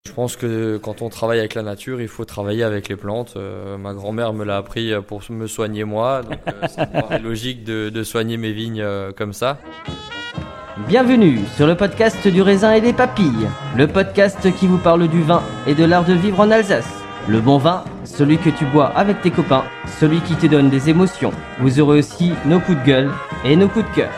Je pense que quand on travaille avec la nature, il faut travailler avec les plantes. Ma grand-mère me l'a appris pour me soigner moi, donc ça me paraît logique de soigner mes vignes comme ça. Bienvenue sur le podcast du raisin et des papilles, le podcast qui vous parle du vin et de l'art de vivre en Alsace. Le bon vin, celui que tu bois avec tes copains, celui qui te donne des émotions. Vous aurez aussi nos coups de gueule et nos coups de cœur.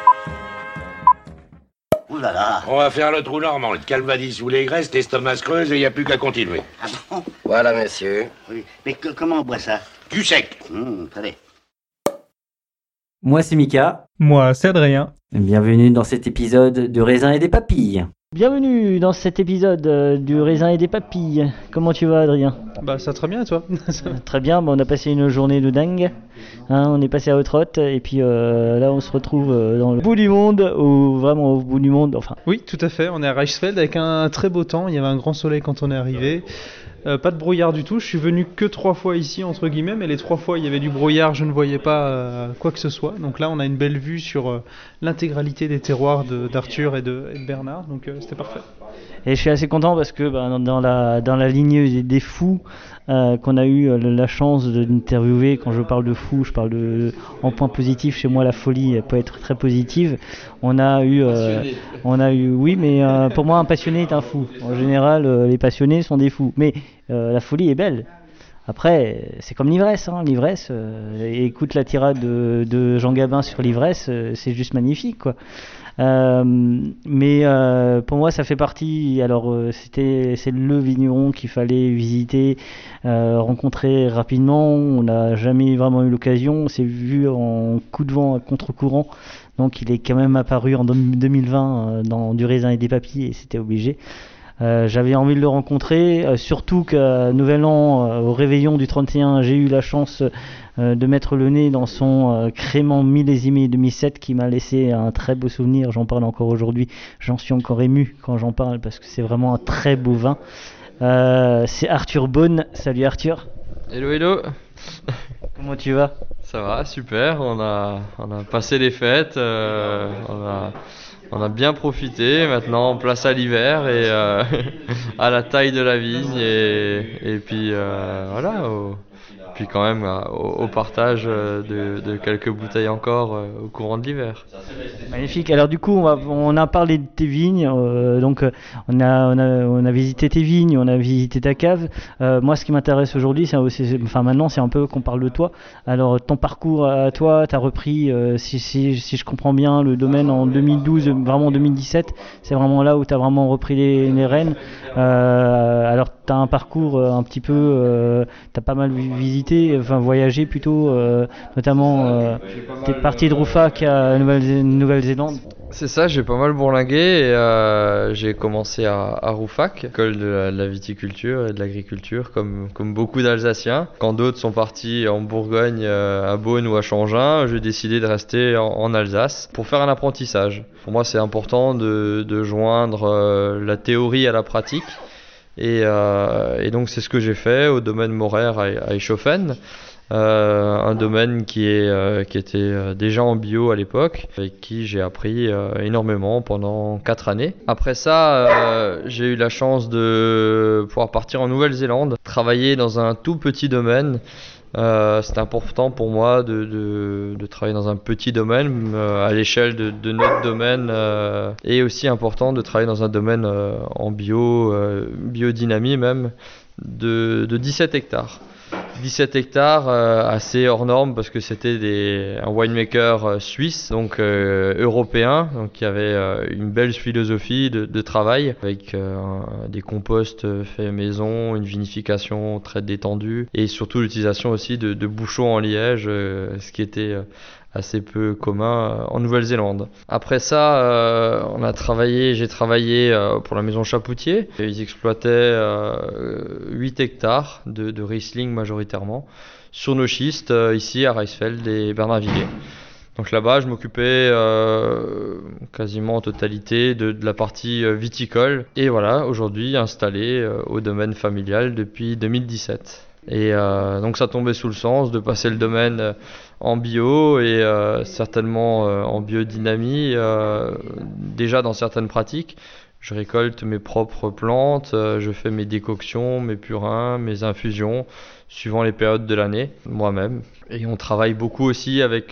Ouh là là. On va faire le trou normand, le calvadis ou les graisses, l'estomac se creuse et il n'y a plus qu'à continuer. Ah bon? Voilà, monsieur. Oui. Mais comment on boit ça? Du sec. Attendez. Moi c'est Mika, Moi, c'est Adrien. bienvenue dans cet épisode du raisin et des papilles. Bienvenue dans cet épisode du raisin et des papilles. Comment tu vas Adrien? Bah, ça très bien, et toi? Très bien, on a passé une journée de dingue. On est passé à Haute-Rotte et puis là on se retrouve dans le bout du monde, ou vraiment au bout du monde, enfin. Oui, tout à fait. On est à Reichsfeld avec un très beau temps. Il y avait un grand soleil quand on est arrivé. Pas de brouillard du tout. Je suis venu que 3 fois ici, entre guillemets, mais les 3 fois il y avait du brouillard, je ne voyais pas quoi que ce soit. Donc là, on a une belle vue sur l'intégralité des terroirs d'Arthur et de Bernard. Donc c'était parfait. Et je suis assez content parce que dans la lignée des fous qu'on a eu la chance d'interviewer, quand je parle de fous, je parle en point positif, chez moi la folie elle peut être très positive. On a eu, oui, mais pour moi un passionné est un fou. En général, les passionnés sont des fous. Mais la folie est belle. Après, c'est comme l'ivresse, l'ivresse. Écoute la tirade de Jean Gabin sur l'ivresse, c'est juste magnifique, quoi. Mais pour moi ça fait partie. Alors c'est le vigneron qu'il fallait visiter, rencontrer rapidement. On n'a jamais vraiment eu l'occasion. On s'est vu en coup de vent à contre-courant, donc il est quand même apparu en 2020 dans du raisin et des papilles et c'était obligé. J'avais envie de le rencontrer, surtout qu'à Nouvel An, au réveillon du 31, j'ai eu la chance de mettre le nez dans son crément millésimé 2007 qui m'a laissé un très beau souvenir. J'en parle encore aujourd'hui, j'en suis encore ému quand j'en parle parce que c'est vraiment un très beau vin. C'est Arthur Beaune. Salut Arthur. Hello, hello. Comment tu vas? Ça va, super. On a passé les fêtes. On a bien profité. Maintenant, place à l'hiver et à la taille de la vigne et puis voilà. Puis quand même au partage de quelques bouteilles encore au courant de l'hiver. Magnifique. Alors du coup, on a parlé de tes vignes. Donc on a visité tes vignes, on a visité ta cave. Moi, ce qui m'intéresse aujourd'hui, maintenant, c'est un peu qu'on parle de toi. Alors ton parcours à toi, tu as repris, si je comprends bien, le domaine en 2012, vraiment en 2017. C'est vraiment là où tu as vraiment repris les rênes. Alors tu as un parcours un petit peu, tu as pas mal visité, enfin voyagé plutôt, notamment tu es parti de Rouffach à Nouvelle-Zélande. C'est ça, j'ai pas mal bourlingué et j'ai commencé à Rouffach, école de la viticulture et de l'agriculture, comme beaucoup d'Alsaciens. Quand d'autres sont partis en Bourgogne, à Beaune ou à Changin, j'ai décidé de rester en Alsace pour faire un apprentissage. Pour moi, c'est important de joindre la théorie à la pratique. Et donc c'est ce que j'ai fait au domaine Morer à Eichhofen, un domaine qui était déjà en bio à l'époque, avec qui j'ai appris énormément pendant 4 années. Après ça, j'ai eu la chance de pouvoir partir en Nouvelle-Zélande, travailler dans un tout petit domaine. C'est important pour moi de travailler dans un petit domaine à l'échelle de notre domaine et aussi important de travailler dans un domaine en biodynamie même de 17 hectares. 17 hectares assez hors norme parce que c'était un winemaker suisse, donc européen, donc qui avait une belle philosophie de travail avec des composts faits maison, une vinification très détendue et surtout l'utilisation aussi de bouchons en liège, ce qui était assez peu commun en Nouvelle-Zélande. Après ça, j'ai travaillé pour la maison Chapoutier. Ils exploitaient 8 hectares de Riesling majoritairement sur nos schistes ici à Reichsfeld et Bernardvilliers. Donc là-bas, je m'occupais quasiment en totalité de la partie viticole. Et voilà, aujourd'hui installé au domaine familial depuis 2017. Et donc ça tombait sous le sens de passer le domaine en bio et certainement en biodynamie déjà dans certaines pratiques Je récolte mes propres plantes, je fais mes décoctions, mes purins, mes infusions, suivant les périodes de l'année, moi-même. Et on travaille beaucoup aussi avec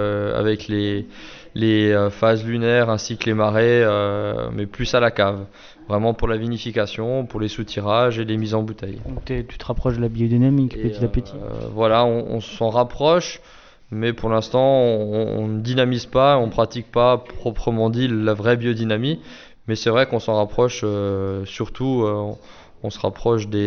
les phases lunaires ainsi que les marées, mais plus à la cave. Vraiment pour la vinification, pour les soutirages et les mises en bouteille. Donc tu te rapproches de la biodynamique petit à petit. Voilà, on s'en rapproche, mais pour l'instant on ne dynamise pas, on ne pratique pas proprement dit la vraie biodynamie. Mais c'est vrai qu'on s'en rapproche, surtout on se rapproche des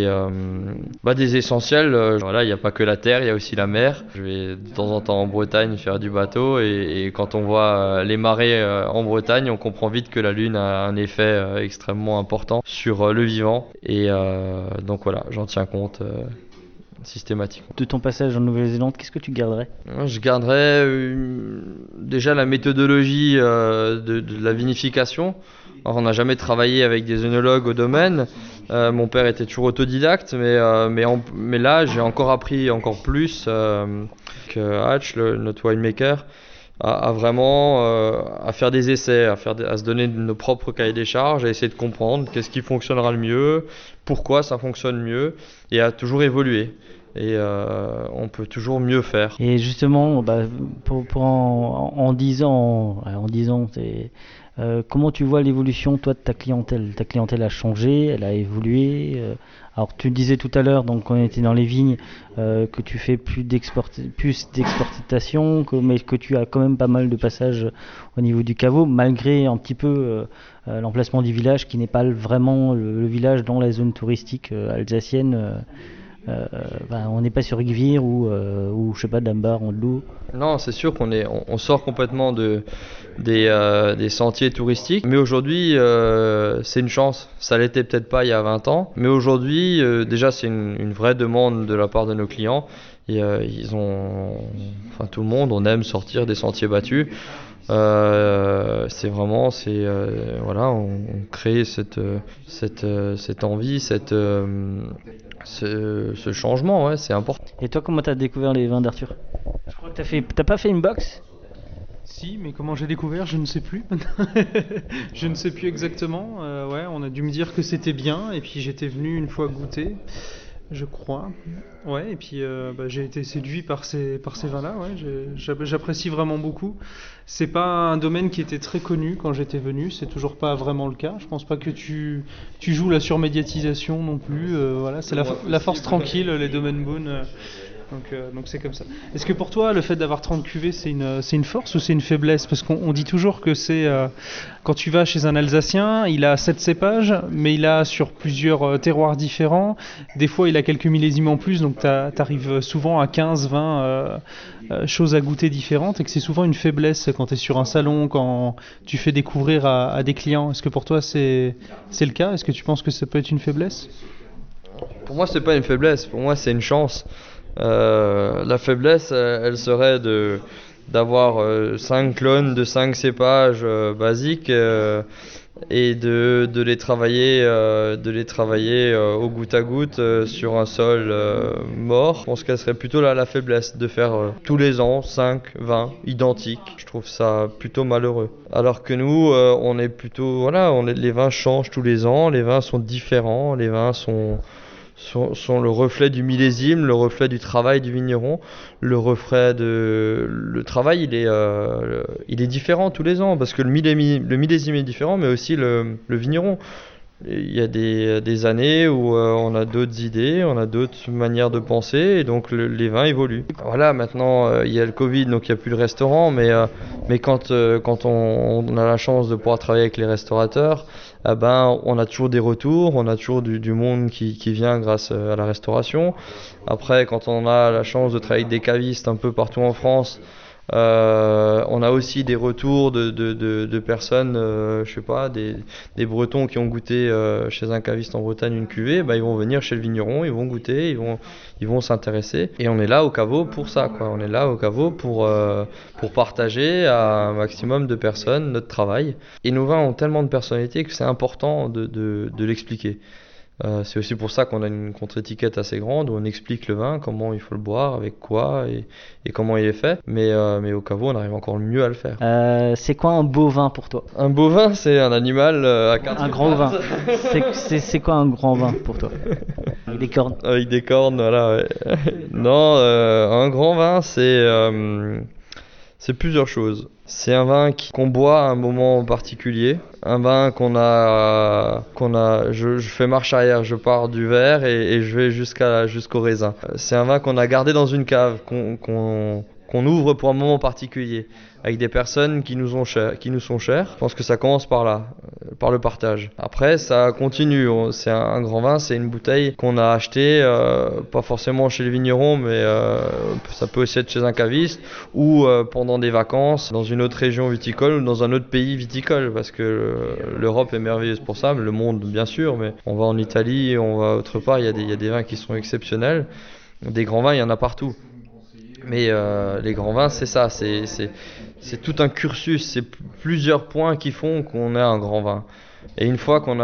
essentiels. Voilà, il n'y a pas que la terre, il y a aussi la mer. Je vais de temps en temps en Bretagne faire du bateau et quand on voit les marées en Bretagne, on comprend vite que la Lune a un effet extrêmement important sur le vivant. Et donc voilà, j'en tiens compte systématiquement. De ton passage en Nouvelle-Zélande, qu'est-ce que tu garderais ? Je garderais déjà la méthodologie de la vinification. Alors, on n'a jamais travaillé avec des œnologues au domaine. Mon père était toujours autodidacte, mais là, j'ai encore appris encore plus que Hatch, notre winemaker, à vraiment à faire des essais, à se donner nos propres cahiers des charges, à essayer de comprendre qu'est-ce qui fonctionnera le mieux, pourquoi ça fonctionne mieux, et à toujours évoluer. Et on peut toujours mieux faire. Et justement, en 10 ans, comment tu vois l'évolution toi de ta clientèle ? Ta clientèle a changé, elle a évolué. Alors tu disais tout à l'heure, donc quand on était dans les vignes, que tu fais plus d'exportation, mais que tu as quand même pas mal de passages au niveau du caveau, malgré un petit peu l'emplacement du village qui n'est pas vraiment le village dans la zone touristique alsacienne. On n'est pas sur Gvir ou je sais pas d'Ambar en Loup. Non, c'est sûr on sort complètement des sentiers touristiques, mais aujourd'hui c'est une chance. Ça l'était peut-être pas il y a 20 ans, mais aujourd'hui déjà c'est une vraie demande de la part de nos clients. Et, tout le monde, on aime sortir des sentiers battus. On crée cette envie, ce changement, ouais, c'est important. Et toi, comment t'as découvert les vins d'Arthur ? Je crois que t'as pas fait une box ? Si, mais comment j'ai découvert, je ne sais plus. Je ne sais plus exactement. On a dû me dire que c'était bien, et puis j'étais venu une fois goûter, je crois. Ouais, et puis j'ai été séduit par ces vins-là. Ouais, j'apprécie vraiment beaucoup. C'est pas un domaine qui était très connu quand j'étais venu. C'est toujours pas vraiment le cas. Je pense pas que tu joues la surmédiatisation non plus. C'est la force tranquille, les domaines Boon. Donc c'est comme ça. Est-ce que pour toi, le fait d'avoir 30 cuvées, c'est une force ou c'est une faiblesse ? Parce qu'on dit toujours que c'est quand tu vas chez un Alsacien, il a 7 cépages, mais il a sur plusieurs terroirs différents. Des fois, il a quelques millésimes en plus, donc t'arrives souvent à 15, 20 choses à goûter différentes, et que c'est souvent une faiblesse quand tu es sur un salon, quand tu fais découvrir à des clients. Est-ce que pour toi, c'est le cas ? Est-ce que tu penses que ça peut être une faiblesse ? Pour moi, c'est pas une faiblesse. Pour moi, c'est une chance. La faiblesse, elle serait d'avoir 5 clones de 5 cépages basiques et de les travailler au goutte à goutte sur un sol mort. Je pense qu'elle serait plutôt la faiblesse de faire tous les ans 5, 20 identiques. Je trouve ça plutôt malheureux. Alors que nous, on est plutôt les vins changent tous les ans, les vins sont différents, les vins sont le reflet du millésime, le reflet du travail du vigneron, le travail il est différent tous les ans parce que le millésime est différent, mais aussi le vigneron. Il y a des années où on a d'autres idées, on a d'autres manières de penser, et donc les vins évoluent. Voilà, maintenant il y a le Covid, donc il n'y a plus de restaurant, mais quand on a la chance de pouvoir travailler avec les restaurateurs, on a toujours des retours, on a toujours du monde qui vient grâce à la restauration. Après, quand on a la chance de travailler avec des cavistes un peu partout en France, on a aussi des retours de personnes, je sais pas, des Bretons qui ont goûté chez un caviste en Bretagne une cuvée, ils vont venir chez le vigneron, ils vont goûter, ils vont s'intéresser. Et on est là au caveau pour ça, quoi. On est là au caveau pour partager à un maximum de personnes notre travail. Et nos vins ont tellement de personnalité que c'est important de l'expliquer. C'est aussi pour ça qu'on a une contre-étiquette assez grande où on explique le vin, comment il faut le boire, avec quoi et comment il est fait. Mais au caveau, on arrive encore mieux à le faire. C'est quoi un beau vin pour toi? Un beau vin, c'est un animal à quatre Un grand vin. pattes. C'est quoi un grand vin pour toi? Avec des cornes. Avec des cornes, voilà. Ouais. Non, un grand vin, c'est plusieurs choses. C'est un vin qu'on boit à un moment particulier. Un vin je fais marche arrière, je pars du verre et je vais jusqu'au raisin. C'est un vin qu'on a gardé dans une cave, qu'on ouvre pour un moment particulier, avec des personnes qui nous sont chères. Je pense que ça commence par là, par le partage. Après, ça continue. C'est un grand vin, c'est une bouteille qu'on a achetée, pas forcément chez le vigneron, mais ça peut aussi être chez un caviste, ou pendant des vacances, dans une autre région viticole, ou dans un autre pays viticole, parce que l'Europe est merveilleuse pour ça, mais le monde bien sûr, mais on va en Italie, on va autre part, il y a des vins qui sont exceptionnels. Des grands vins, il y en a partout. Mais les grands vins, c'est ça, c'est tout un cursus, c'est plusieurs points qui font qu'on a un grand vin. Et une fois qu'on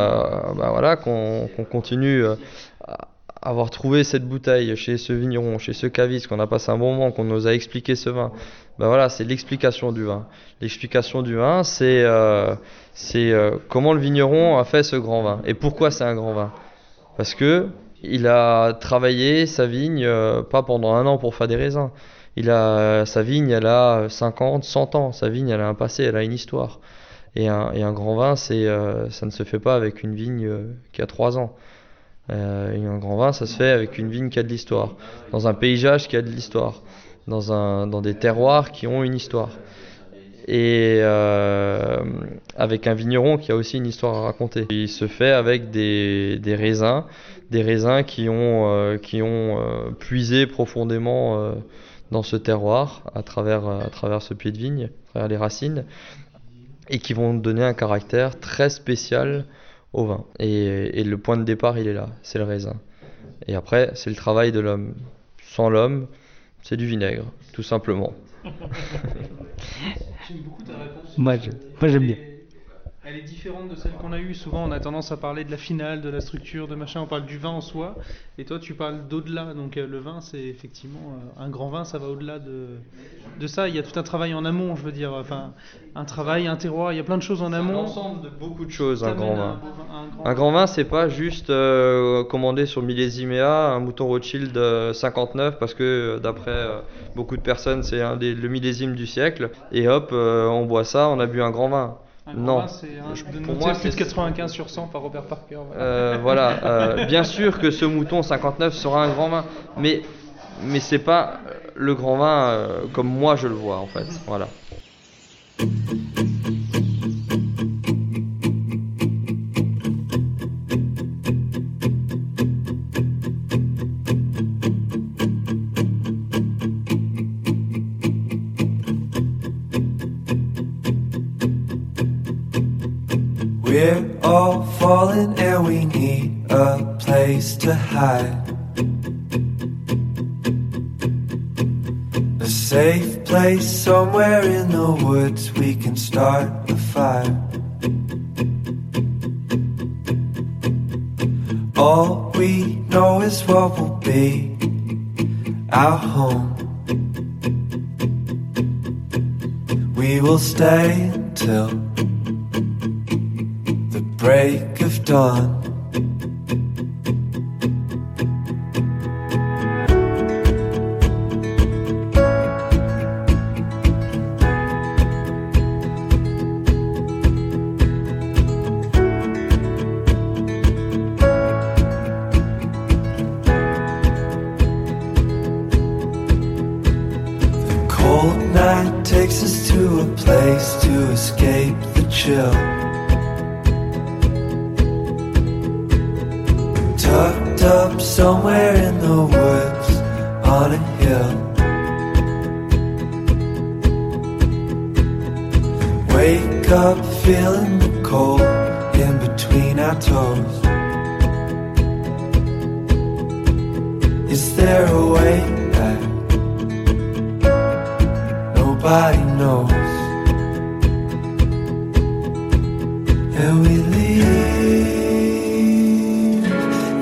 continue à avoir trouvé cette bouteille chez ce vigneron, chez ce caviste, qu'on a passé un bon moment, qu'on nous a expliqué ce vin, c'est l'explication du vin. L'explication du vin, c'est comment le vigneron a fait ce grand vin et pourquoi c'est un grand vin. Parce que il a travaillé sa vigne pas pendant 1 an pour faire des raisins. Sa vigne, elle a 50, 100 ans. Sa vigne, elle a un passé, elle a une histoire. Et un grand vin, ça ne se fait pas avec une vigne qui a 3 ans. Un grand vin, ça se fait avec une vigne qui a de l'histoire. Dans un paysage qui a de l'histoire. Dans des terroirs qui ont une histoire. Et avec un vigneron qui a aussi une histoire à raconter. Il se fait avec des raisins qui ont puisé profondément dans ce terroir à travers ce pied de vigne, à travers les racines, et qui vont donner un caractère très spécial au vin. Et le point de départ, il est là, c'est le raisin. Et après, c'est le travail de l'homme. Sans l'homme, c'est du vinaigre, tout simplement. J'aime beaucoup ta réponse. Moi j'aime bien. Elle est différente de celle qu'on a eue. Souvent, on a tendance à parler de la finale, de la structure, de machin. On parle du vin en soi. Et toi, tu parles d'au-delà. Donc, le vin, c'est effectivement un grand vin. Ça va au-delà de ça. Il y a tout un travail en amont, je veux dire. Enfin, un travail, un terroir. Il y a plein de choses en amont. C'est l'ensemble de beaucoup de choses, un grand vin. Un grand vin, c'est pas juste commander sur Millésiméa un mouton Rothschild 59 parce que d'après beaucoup de personnes, c'est le millésime du siècle. Et hop, on boit ça, on a bu un grand vin. Non, pour moi, c'est plus de 95 sur 100 par Robert Parker. Voilà. Bien sûr que ce mouton 59 sera un grand vin, mais c'est pas le grand vin comme moi je le vois en fait. Voilà. We're all falling and we need a place to hide. A safe place somewhere in the woods we can start a fire. All we know is what will be our home. We will stay until break of dawn. The cold night takes us to a place to escape the chill. Tucked up somewhere in the woods on a hill. Wake up feeling the cold in between our toes. Is there a way back? Nobody knows. And we leave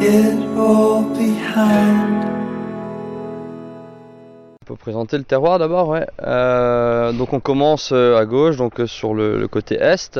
it all behind. On peut présenter le terroir d'abord, ouais. Donc on commence à gauche, donc sur le côté est.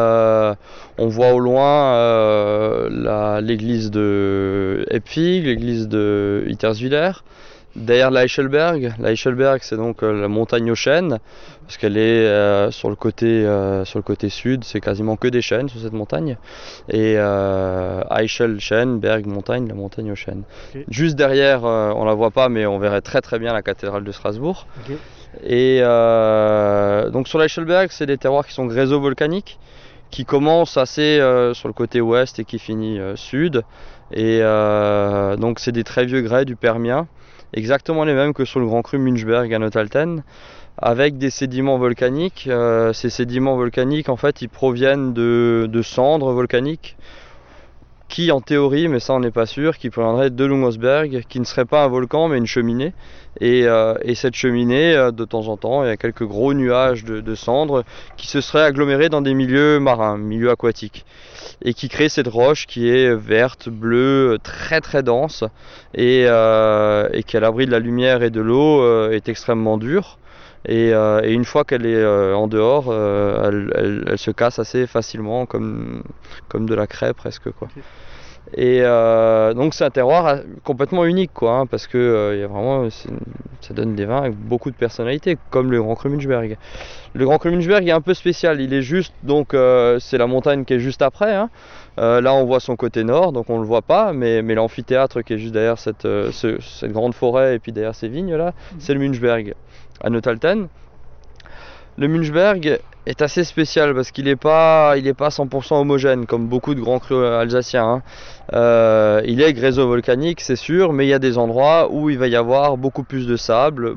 On voit au loin l'église de Epfig, l'église de Hitterswiller. Derrière l'Eichelberg, c'est donc la montagne aux chênes, parce qu'elle est sur le côté sud, c'est quasiment que des chênes sur cette montagne. Et Eichel, chêne, Berg, montagne, la montagne aux chênes. Okay. Juste derrière, on la voit pas, mais on verrait très très bien la cathédrale de Strasbourg. Okay. Et donc sur l'Eichelberg, c'est des terroirs qui sont gréso-volcaniques, qui commencent assez sur le côté ouest et qui finissent sud. Et donc c'est des très vieux grès du Permien, exactement les mêmes que sur le Grand Cru Münchberg à Nothalten, avec des sédiments volcaniques. Ces sédiments volcaniques, en fait, ils proviennent de cendres volcaniques qui, en théorie, mais ça on n'est pas sûr, qui proviendraient de Lungosberg, qui ne serait pas un volcan mais une cheminée. Et cette cheminée, de temps en temps, il y a quelques gros nuages de cendres qui se seraient agglomérés dans des milieux marins, milieux aquatiques, et qui créent cette roche qui est verte, bleue, très très dense, et qui, à l'abri de la lumière et de l'eau, est extrêmement dure. Et une fois qu'elle est en dehors, elle se casse assez facilement, comme de la craie presque, quoi. Okay. Et donc c'est un terroir complètement unique, quoi, hein, parce que y a vraiment, ça donne des vins avec beaucoup de personnalité, comme le Grand Cru Münchberg. Le Grand Cru Münchberg est un peu spécial, il est juste, donc c'est la montagne qui est juste après, hein. Là on voit son côté nord, donc on le voit pas, mais l'amphithéâtre qui est juste derrière cette grande forêt et puis derrière ces vignes là, c'est le Münchberg à Nothalten. Le Münchberg est assez spécial parce qu'il n'est pas 100% homogène comme beaucoup de grands crus alsaciens, hein. Il est gréso-volcanique, c'est sûr, mais il y a des endroits où il va y avoir beaucoup plus de sable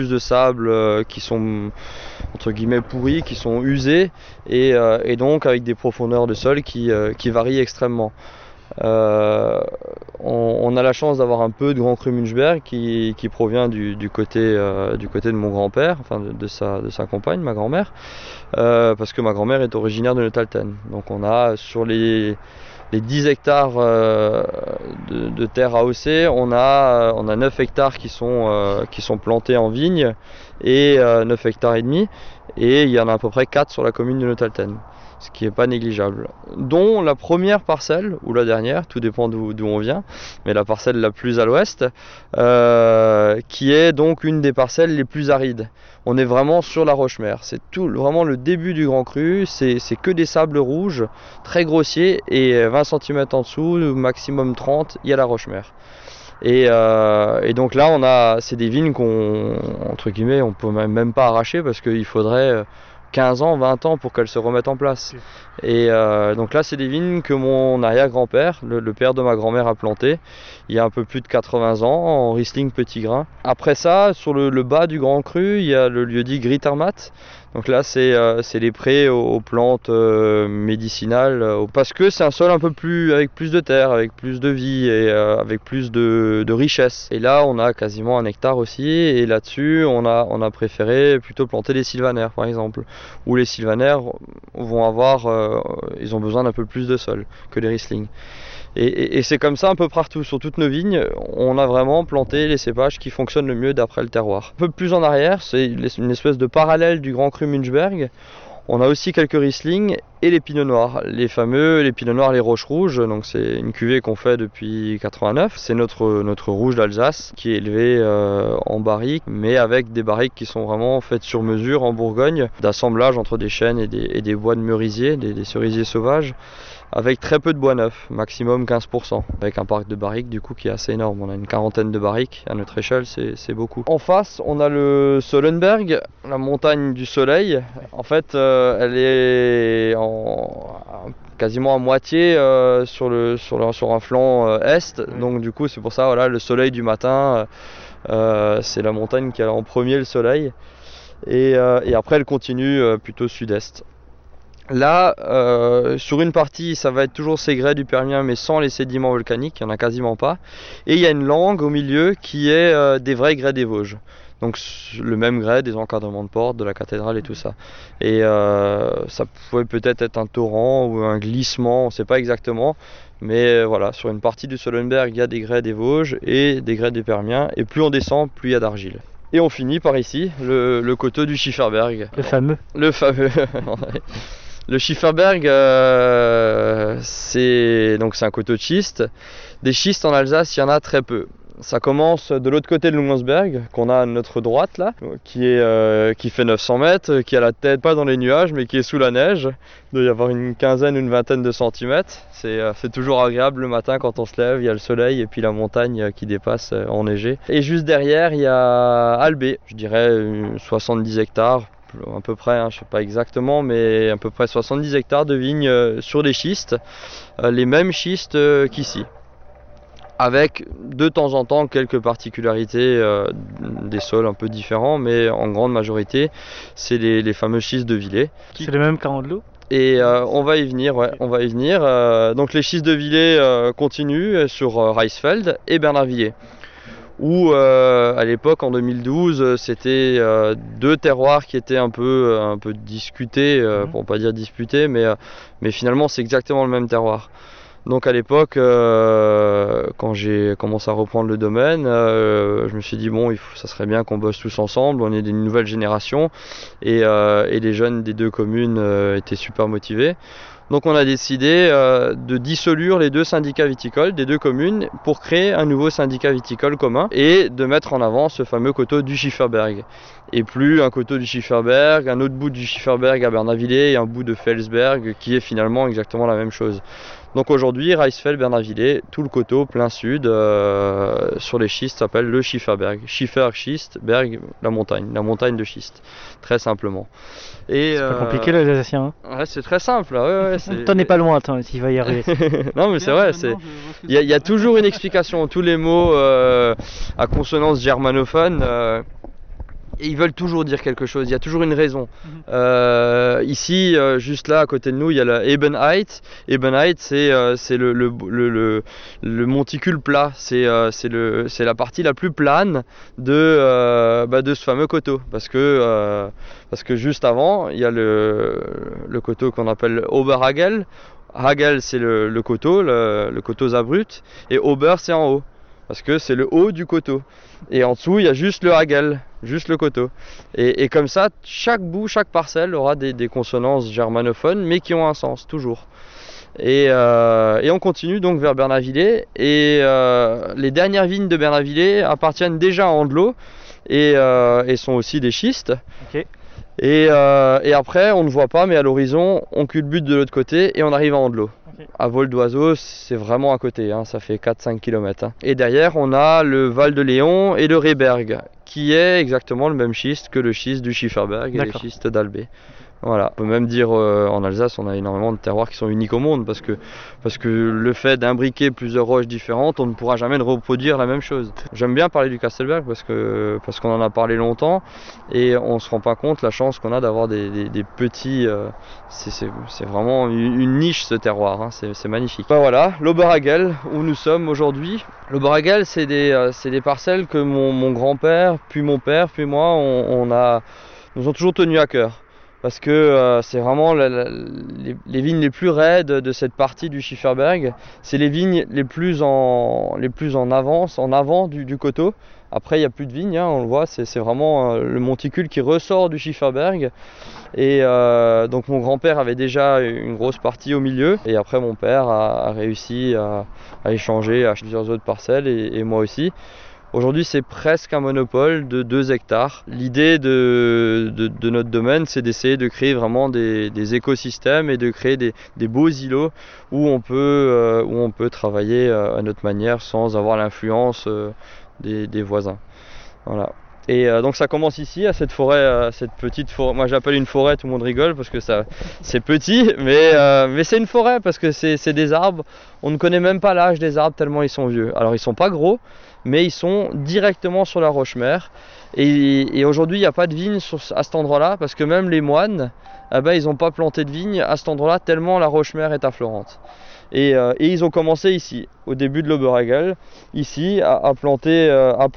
qui sont entre guillemets pourris, qui sont usés, et donc avec des profondeurs de sol qui varient extrêmement. On a la chance d'avoir un peu de Grand Cru Münchberg qui provient du côté de mon grand-père, enfin de sa compagne, ma grand-mère, parce que ma grand-mère est originaire de Nothalten. Donc on a sur les 10 hectares de terre AOC, on a 9 hectares qui sont plantés en vignes et 9 hectares et demi, et il y en a à peu près 4 sur la commune de Nothalten, ce qui n'est pas négligeable, dont la première parcelle, ou la dernière, tout dépend d'où on vient, mais la parcelle la plus à l'ouest, qui est donc une des parcelles les plus arides. On est vraiment sur la Roche-Mère, c'est vraiment le début du Grand Cru, c'est que des sables rouges, très grossiers, et 20 cm en dessous, maximum 30, il y a la Roche-Mère. Et donc là, c'est des vignes entre guillemets, on peut même pas arracher parce qu'il faudrait 15 ans, 20 ans pour qu'elles se remettent en place. Et donc là, c'est des vignes que mon arrière-grand-père, le père de ma grand-mère, a plantées il y a un peu plus de 80 ans en Riesling petit grain. Après ça, sur le bas du Grand Cru, il y a le lieu-dit Grietermatt. Donc là, c'est les prés aux plantes médicinales, parce que c'est un sol un peu plus avec plus de terre, avec plus de vie et avec plus de richesse. Et là, on a quasiment 1 hectare aussi, et là-dessus, on a préféré plutôt planter des sylvaner, par exemple, où les sylvaner vont avoir, ils ont besoin d'un peu plus de sol que les Riesling. Et c'est comme ça un peu partout, sur toutes nos vignes, on a vraiment planté les cépages qui fonctionnent le mieux d'après le terroir. Un peu plus en arrière, c'est une espèce de parallèle du Grand Cru Münchberg. On a aussi quelques Riesling et les Pinots Noirs, les Pinots Noirs, les Roches Rouges. Donc c'est une cuvée qu'on fait depuis 89. C'est notre rouge d'Alsace qui est élevé en barrique, mais avec des barriques qui sont vraiment faites sur mesure en Bourgogne, d'assemblage entre des chênes et des bois de merisier, des cerisiers sauvages, avec très peu de bois neuf, maximum 15%, avec un parc de barriques du coup qui est assez énorme. On a une 40aine de barriques, à notre échelle c'est beaucoup. En face, on a le Sollenberg, la montagne du soleil. En fait, elle est quasiment à moitié sur un flanc est, donc du coup c'est pour ça, voilà, le soleil du matin, c'est la montagne qui a en premier le soleil, et après elle continue plutôt sud-est. Là, sur une partie, ça va être toujours ces grès du Permien, mais sans les sédiments volcaniques, il n'y en a quasiment pas. Et il y a une langue au milieu qui est des vrais grès des Vosges. Donc le même grès des encadrements de porte, de la cathédrale et tout ça. Et ça pouvait peut-être être un torrent ou un glissement, on ne sait pas exactement. Mais voilà, sur une partie du Sollenberg, il y a des grès des Vosges et des grès des Permiens. Et plus on descend, plus il y a d'argile. Et on finit par ici, le coteau du Schieferberg. Le fameux. Le fameux. Le Schieferberg, c'est un coteau de schiste. Des schistes en Alsace, il y en a très peu. Ça commence de l'autre côté de Lungensberg, qu'on a à notre droite là, qui fait 900 mètres, qui a la tête pas dans les nuages, mais qui est sous la neige. Il doit y avoir une quinzaine, une vingtaine de centimètres. C'est toujours agréable le matin quand on se lève, il y a le soleil et puis la montagne qui dépasse enneigée. Et juste derrière, il y a Albé, je dirais 70 hectares. À peu près, je ne sais pas exactement, mais à peu près 70 hectares de vignes sur des schistes, les mêmes schistes qu'ici, avec de temps en temps quelques particularités des sols un peu différents, mais en grande majorité, c'est les fameux schistes de Villers. C'est les mêmes qu'à Andelot ? Et on va y venir, ouais, on va y venir. Donc les schistes de Villers continuent sur Reisfeld et Bernardvilliers. Où à l'époque en 2012 c'était deux terroirs qui étaient un peu discutés, pour pas dire disputés, mais finalement c'est exactement le même terroir. Donc à l'époque quand j'ai commencé à reprendre le domaine, je me suis dit bon, ça serait bien qu'on bosse tous ensemble, on est d'une nouvelle génération et les jeunes des deux communes étaient super motivés. Donc on a décidé de dissoluer les deux syndicats viticoles des deux communes pour créer un nouveau syndicat viticole commun et de mettre en avant ce fameux coteau du Schieferberg. Et plus un coteau du Schieferberg, un autre bout du Schieferberg à Bernardvilliers et un bout de Felsberg qui est finalement exactement la même chose. Donc aujourd'hui, Reisfeld, Bernardvilliers, tout le coteau plein sud sur les schistes s'appelle le Schieferberg. Schiefer, schiste, berg, la montagne de schiste, très simplement. C'est pas compliqué l'alsacien. Ouais, c'est très simple. Ouais, T'en es pas loin, attends, tu vas y arriver. Non mais c'est vrai, il y a toujours une explication. Tous les mots à consonance germanophone, ils veulent toujours dire quelque chose, il y a toujours une raison. Ici, juste là à côté de nous, il y a la Ebenheit. Ebenheit, c'est le monticule plat, c'est la partie la plus plane de ce fameux coteau. Parce que juste avant, il y a le coteau qu'on appelle Oberhagel. Hagel, c'est le coteau, le coteau Zabrut, et Ober, c'est en haut. Parce que c'est le haut du coteau. Et en dessous, il y a juste le Hagel, juste le coteau. Et comme ça, chaque bout, chaque parcelle aura des consonances germanophones, mais qui ont un sens, toujours. Et on continue donc vers Bernardvilliers. Et les dernières vignes de Bernardvilliers appartiennent déjà à Andelot et sont aussi des schistes. Okay. Et après, on ne voit pas, mais à l'horizon, on culbute de l'autre côté et on arrive à Andelot. Okay. À vol d'oiseau, c'est vraiment à côté, ça fait 4-5 km. Et derrière, on a le Val de Léon et le Rehberg, qui est exactement le même schiste que le schiste du Schieferberg et les schistes d'Albé. Voilà. On peut même dire en Alsace, on a énormément de terroirs qui sont uniques au monde parce que le fait d'imbriquer plusieurs roches différentes, on ne pourra jamais reproduire la même chose. J'aime bien parler du Kastelberg parce qu'on en a parlé longtemps et on se rend pas compte la chance qu'on a d'avoir des petits. C'est vraiment une niche ce terroir, c'est magnifique. Voilà, l'Oberhagel où nous sommes aujourd'hui. L'Oberhagel, c'est des parcelles que mon grand-père, puis mon père, puis moi, nous ont toujours tenu à cœur. Parce que c'est vraiment les vignes les plus raides de cette partie du Schieferberg. C'est les vignes les plus en avance, en avant du coteau. Après, il n'y a plus de vignes, on le voit, c'est vraiment le monticule qui ressort du Schieferberg. Et donc mon grand-père avait déjà une grosse partie au milieu. Et après, mon père a réussi à échanger à plusieurs autres parcelles et moi aussi. Aujourd'hui, c'est presque un monopole de 2 hectares. L'idée de notre domaine, c'est d'essayer de créer vraiment des écosystèmes et de créer des beaux îlots où on peut travailler à notre manière sans avoir l'influence des voisins. Voilà. Et donc ça commence ici, à cette forêt, cette petite forêt. Moi j'appelle une forêt, tout le monde rigole parce que c'est petit, mais c'est une forêt parce que c'est des arbres. On ne connaît même pas l'âge des arbres tellement ils sont vieux. Alors ils sont pas gros, mais ils sont directement sur la roche-mère. Et aujourd'hui il n'y a pas de vigne à cet endroit-là parce que même les moines, ils n'ont pas planté de vigne à cet endroit-là tellement la roche-mère est affleurante. Et ils ont commencé ici, au début de l'Oberhagel, ici, à planter,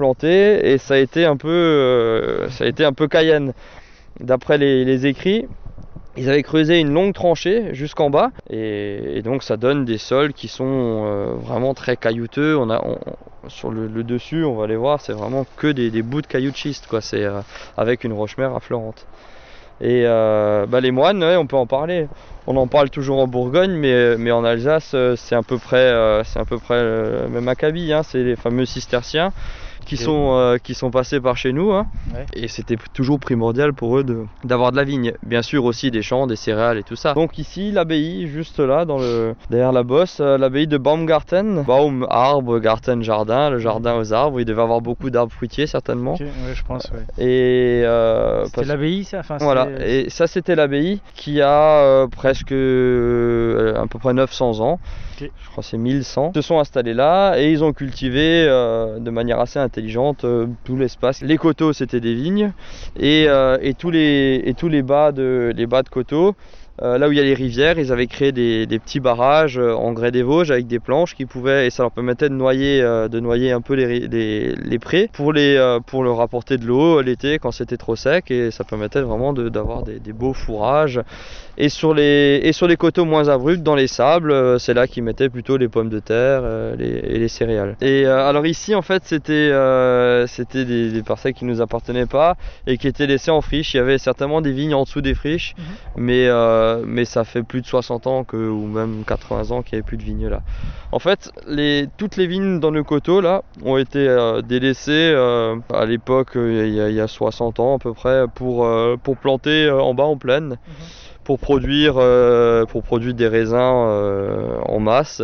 et ça a été un peu Cayenne, d'après les écrits. Ils avaient creusé une longue tranchée jusqu'en bas et donc ça donne des sols qui sont vraiment très caillouteux. Sur le dessus, on va les voir, c'est vraiment que des bouts de cailloux de schiste, quoi. C'est avec une roche-mère affleurante. Et les moines, ouais, on peut en parler. On en parle toujours en Bourgogne, mais en Alsace, c'est à peu près le même acabit. Hein. C'est les fameux cisterciens qui sont passés par chez nous, hein. Ouais. Et c'était toujours primordial pour eux d'avoir de la vigne. Bien sûr aussi des champs, des céréales et tout ça. Donc ici l'abbaye, juste là, derrière la bosse, l'abbaye de Baumgarten. Baum, arbre, Garten, jardin, le jardin aux arbres. Il devait avoir beaucoup d'arbres fruitiers certainement. Okay, ouais, je pense, ouais. Et c'était l'abbaye, ça, enfin, voilà, et ça c'était l'abbaye qui a presque à peu près 900 ans. Okay. Je crois que c'est 1100. Ils se sont installés là et ils ont cultivé de manière assez intelligente tout l'espace. Les coteaux c'était des vignes et tous les bas de coteaux. Là où il y a les rivières, ils avaient créé des petits barrages en grès des Vosges avec des planches qui pouvaient, et ça leur permettait de noyer un peu les prés pour leur apporter de l'eau l'été quand c'était trop sec, et ça permettait vraiment d'avoir des beaux fourrages. Et sur les coteaux moins abrupts, dans les sables, c'est là qu'ils mettaient plutôt les pommes de terre et les céréales. Et alors ici en fait c'était des parcelles qui ne nous appartenaient pas et qui étaient laissées en friche. Il y avait certainement des vignes en dessous des friches, mais ça fait plus de 60 ans ou même 80 ans qu'il n'y avait plus de vignes là. En fait, toutes les vignes dans nos coteaux là ont été délaissées à l'époque, il y a 60 ans à peu près, pour planter en bas en plaine. Pour produire des raisins en masse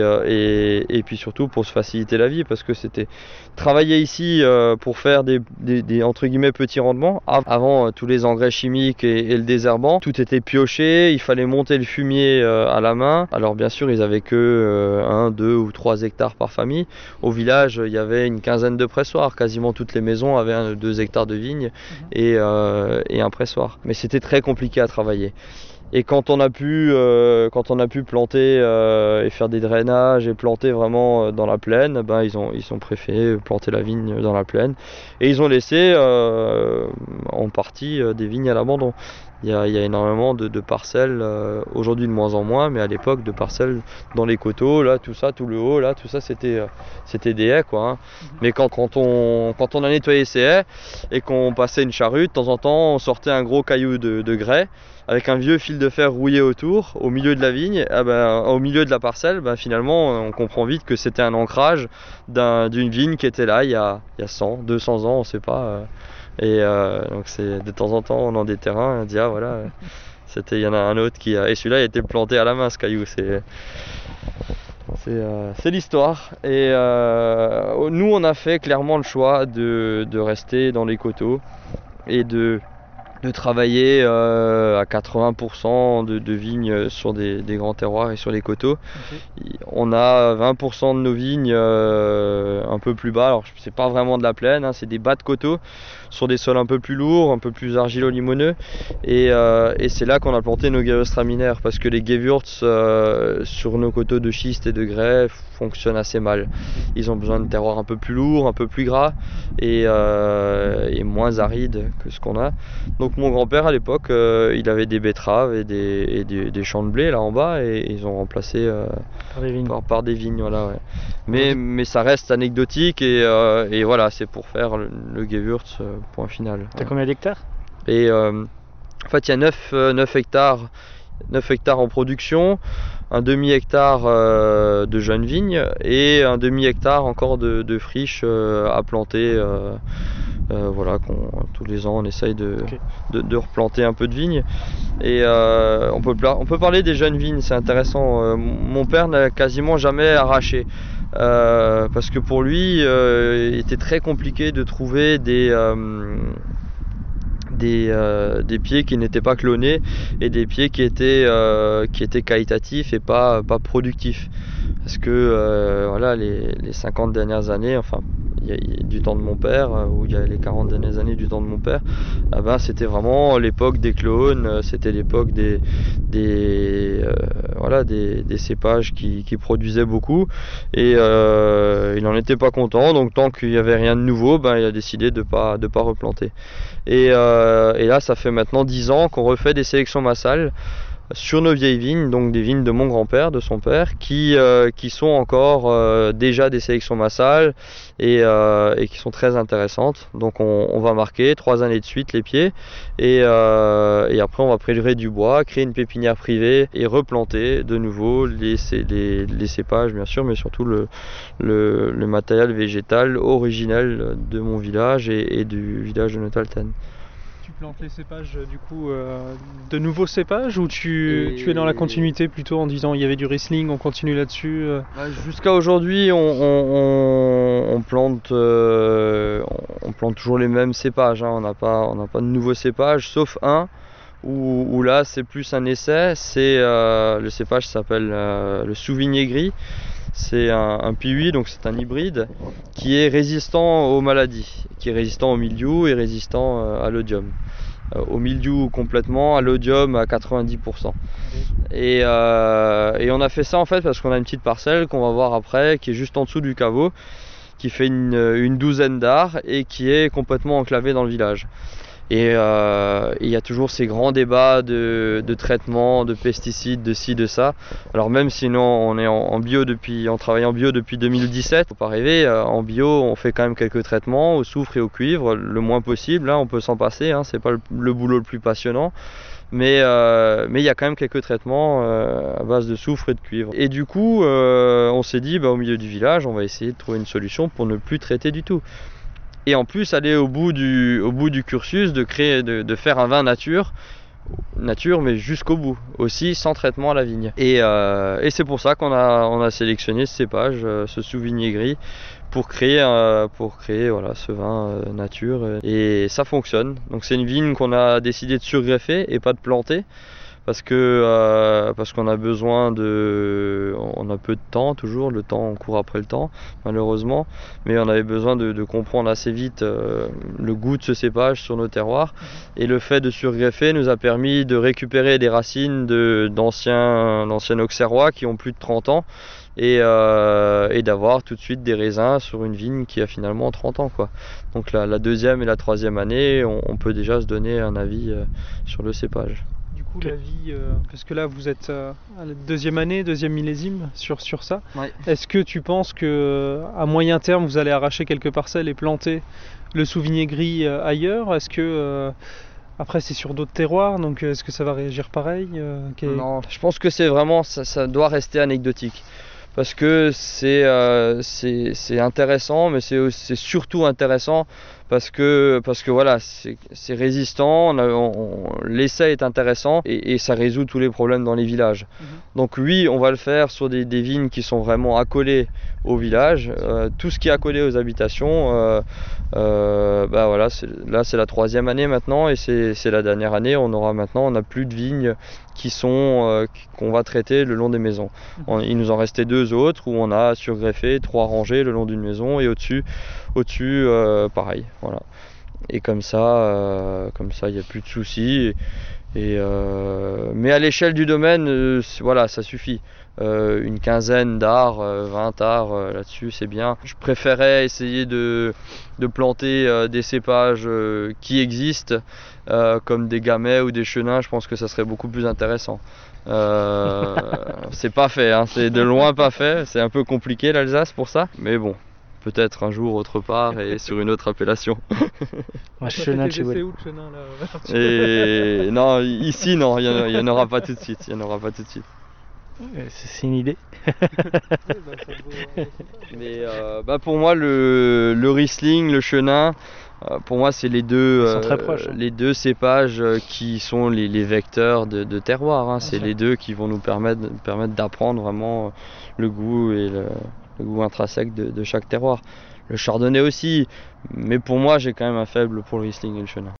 et puis surtout pour se faciliter la vie, parce que c'était travailler ici pour faire des entre guillemets petits rendements. Avant tous les engrais chimiques et le désherbant, tout était pioché, il fallait monter le fumier à la main. Alors bien sûr ils avaient que 1, 2 ou 3 hectares par famille. Au village il y avait une quinzaine de pressoirs, quasiment toutes les maisons avaient 2 hectares de vignes et un pressoir. Mais c'était très compliqué à travailler. Et quand on a pu planter et faire des drainages et planter vraiment dans la plaine, ils ont préféré planter la vigne dans la plaine et ils ont laissé en partie des vignes à l'abandon. Il y a énormément de parcelles, aujourd'hui de moins en moins, mais à l'époque de parcelles dans les coteaux, là tout ça, tout le haut, là tout ça c'était des haies quoi. Hein. Mais quand on a nettoyé ces haies et qu'on passait une charrue, de temps en temps on sortait un gros caillou de grès avec un vieux fil de fer rouillé autour, au milieu de la vigne, au milieu de la parcelle, finalement on comprend vite que c'était un ancrage d'une vigne qui était là il y a 100, 200 ans, on ne sait pas. Donc c'est de temps en temps on a des terrains, on dit voilà, il y en a un autre et celui-là a été planté à la main, ce caillou, c'est l'histoire. Et nous on a fait clairement le choix de rester dans les coteaux et de travailler à 80% de vignes sur des grands terroirs et sur les coteaux. Okay. On a 20% de nos vignes un peu plus bas, alors c'est pas vraiment de la plaine, hein, c'est des bas de coteaux sur des sols un peu plus lourds, un peu plus argilo-limoneux, et c'est là qu'on a planté nos gewürztraminer, parce que les gewürz sur nos coteaux de schiste et de grès fonctionnent assez mal. Ils ont besoin de terroirs un peu plus lourds, un peu plus gras et moins arides que ce qu'on a. Donc mon grand-père à l'époque, il avait des betteraves et des champs de blé là en bas, et ils ont remplacé par des vignes. Voilà, ouais. Mais ça reste anecdotique et voilà, c'est pour faire le gewürz, point final. T'as combien d'hectares ? Et en fait il y a 9 hectares en production, un demi-hectare de jeunes vignes et un demi-hectare encore de friches à planter. Voilà, tous les ans on essaye de replanter un peu de vignes. Et on peut parler des jeunes vignes, c'est intéressant. Mon père n'a quasiment jamais arraché. Parce que pour lui, il était très compliqué de trouver des pieds qui n'étaient pas clonés et des pieds qui étaient qualitatifs et pas productifs. Parce que voilà, les 50 dernières années, enfin il y a du temps de mon père, ou il y a les 40 dernières années du temps de mon père, c'était vraiment l'époque des clones, c'était l'époque des cépages qui produisaient beaucoup, et il n'en était pas content, donc tant qu'il n'y avait rien de nouveau, il a décidé de pas replanter. Et là ça fait maintenant 10 ans qu'on refait des sélections massales sur nos vieilles vignes, donc des vignes de mon grand-père, de son père, qui sont encore déjà des sélections massales et qui sont très intéressantes. Donc on va marquer 3 années de suite les pieds, et après on va prélever du bois, créer une pépinière privée et replanter de nouveau les cépages bien sûr, mais surtout le matériel végétal originel de mon village et du village de Notalten. Tu plantes les cépages du coup de nouveaux cépages, ou tu es dans la continuité plutôt en disant il y avait du Riesling, on continue là-dessus Jusqu'à aujourd'hui on plante toujours les mêmes cépages, hein. On n'a pas de nouveaux cépages sauf un où là c'est plus un essai. Le cépage s'appelle le Souvigné gris. C'est un Piwi, donc c'est un hybride qui est résistant aux maladies, qui est résistant au mildiou et résistant à l'odium. Au mildiou complètement, à l'odium à 90%. Et on a fait ça en fait parce qu'on a une petite parcelle qu'on va voir après, qui est juste en dessous du caveau, qui fait une douzaine d'arts et qui est complètement enclavée dans le village. Et il y a toujours ces grands débats de traitement, de pesticides, de ci, de ça. Alors même si on est en bio on travaille en bio depuis 2017, faut pas rêver, en bio on fait quand même quelques traitements au soufre et au cuivre, le moins possible, hein, on peut s'en passer, hein, c'est pas le boulot le plus passionnant. Mais il y a quand même quelques traitements à base de soufre et de cuivre. Et du coup, on s'est dit, au milieu du village, on va essayer de trouver une solution pour ne plus traiter du tout. Et en plus aller au bout du cursus, de faire un vin nature mais jusqu'au bout, aussi sans traitement à la vigne. Et c'est pour ça qu'on a sélectionné ce cépage, ce Souvigné gris, pour créer voilà, ce vin nature. Et ça fonctionne. Donc c'est une vigne qu'on a décidé de surgreffer et pas de planter. Parce qu'on a besoin on a peu de temps toujours, le temps on court après le temps malheureusement, mais on avait besoin de comprendre assez vite le goût de ce cépage sur nos terroirs, et le fait de surgreffer nous a permis de récupérer des racines d'anciens auxerrois qui ont plus de 30 ans et d'avoir tout de suite des raisins sur une vigne qui a finalement 30 ans quoi. Donc la deuxième et la troisième année on peut déjà se donner un avis sur le cépage. La vie, parce que là vous êtes à la deuxième année, deuxième millésime sur ça. Ouais. Est-ce que tu penses que à moyen terme vous allez arracher quelques parcelles et planter le Souvigné gris ailleurs? Est-ce que après c'est sur d'autres terroirs, donc est-ce que ça va réagir pareil Non, je pense que c'est vraiment ça doit rester anecdotique. Parce que c'est intéressant, mais c'est surtout intéressant parce que voilà, c'est résistant, l'essai est intéressant et ça résout tous les problèmes dans les villages. Donc oui, on va le faire sur des vignes qui sont vraiment accolées au village. Tout ce qui est accolé aux habitations, voilà, là c'est la troisième année maintenant et c'est la dernière année. On n'a plus de vignes qu'on va traiter le long des maisons. Il nous en restait 2 autres où on a surgreffé 3 rangées le long d'une maison et au-dessus pareil, voilà. Et comme ça il n'y a plus de soucis. Mais à l'échelle du domaine, voilà, ça suffit. Une quinzaine d'arts, 20 arts là-dessus, c'est bien. Je préférais essayer de planter des cépages qui existent, comme des gamets ou des chenins. Je pense que ça serait beaucoup plus intéressant. C'est pas fait, hein, c'est de loin pas fait. C'est un peu compliqué l'Alsace pour ça, mais bon. Peut-être un jour autre part et sur une autre appellation. Chenin, non, ici non, il y en aura pas tout de suite. C'est une idée. Mais pour moi le Riesling, le Chenin, pour moi c'est les deux cépages qui sont les vecteurs de terroir. Hein. C'est les deux qui vont nous permettre d'apprendre vraiment le goût et le goût intrinsèque de chaque terroir. Le chardonnay aussi, mais pour moi j'ai quand même un faible pour le Riesling et le Chenin.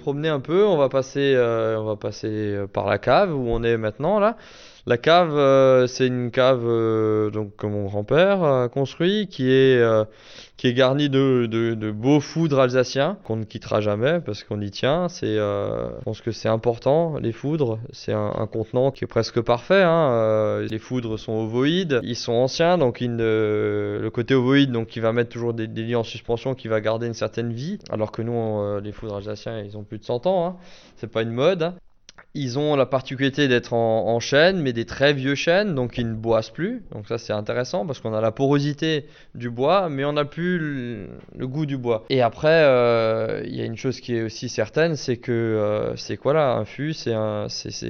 promener un peu. On va passer par la cave où on est maintenant là. La cave, c'est une cave donc que mon grand-père a construit, qui est garnie de beaux foudres alsaciens qu'on ne quittera jamais parce qu'on y tient. Je pense que c'est important, les foudres. C'est un contenant qui est presque parfait, hein. Les foudres sont ovoïdes, ils sont anciens, donc le côté ovoïde, donc qui va mettre toujours des lits en suspension, qui va garder une certaine vie, alors que nous, les foudres alsaciens, ils ont plus de 100 ans, hein. C'est pas une mode, hein. Ils ont la particularité d'être en chêne, mais des très vieux chênes, donc ils ne boisent plus. Donc ça c'est intéressant parce qu'on a la porosité du bois, mais on n'a plus le goût du bois. Et après, il y a une chose qui est aussi certaine, c'est que un fût, ça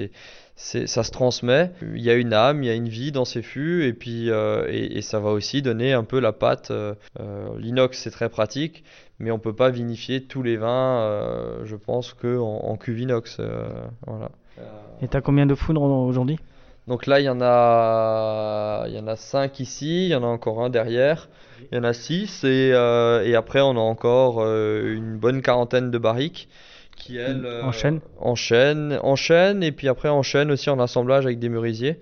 se transmet. Il y a une âme, il y a une vie dans ces fûts, et puis et ça va aussi donner un peu la pâte. L'inox c'est très pratique, mais on peut pas vinifier tous les vins, je pense, que en cuve inox. Voilà. Et t'as combien de foudres aujourd'hui? Donc là, il y en a 5 ici, il y en a encore un derrière, il y en a 6, et après on a encore une bonne quarantaine de barriques qui elles enchaînent, et puis après enchaînent aussi en assemblage avec des merisiers.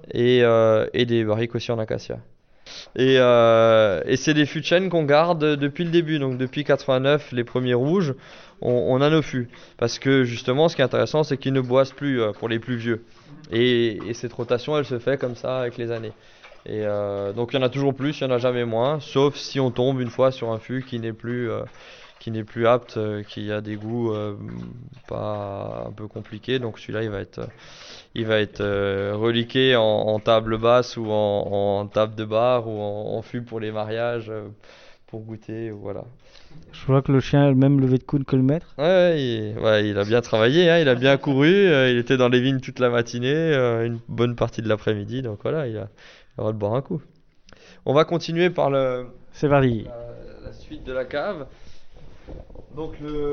Et des barriques aussi en acacia. Et c'est des fûts de chêne qu'on garde depuis le début, donc depuis 89, les premiers rouges, on a nos fûts. Parce que justement, ce qui est intéressant, c'est qu'ils ne boisent plus pour les plus vieux. Et cette rotation, elle se fait comme ça avec les années. Et donc il y en a toujours plus, il n'y en a jamais moins, sauf si on tombe une fois sur un fût qui n'est plus apte, qui a des goûts pas un peu compliqués. Donc celui-là, il va être reliqué en table basse ou en table de bar ou en fût pour les mariages, pour goûter, voilà. Je vois que le chien a le même levé de coude que le maître. Il a bien travaillé, hein, il a bien couru, il était dans les vignes toute la matinée, une bonne partie de l'après-midi, donc voilà, il va boire un coup. On va continuer par C'est parti. La suite de la cave. Donc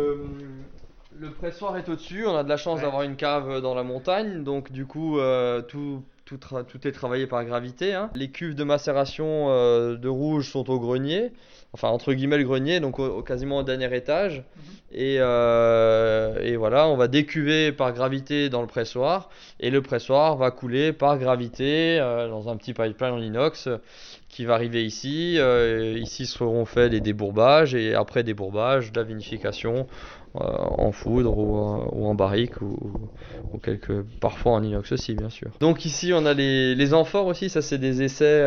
le pressoir est au-dessus, on a de la chance d'avoir une cave dans la montagne, donc du coup tout est travaillé par gravité, hein. Les cuves de macération de rouge sont au grenier, enfin entre guillemets le grenier, donc quasiment au dernier étage. Et voilà, on va décuver par gravité dans le pressoir, et le pressoir va couler par gravité dans un petit pipeline en inox qui va arriver ici. Ici seront faits des débourbages, et après débourbages, de la vinification en foudre ou en barrique ou parfois en inox aussi, bien sûr. Donc ici on a les amphores aussi, ça c'est des essais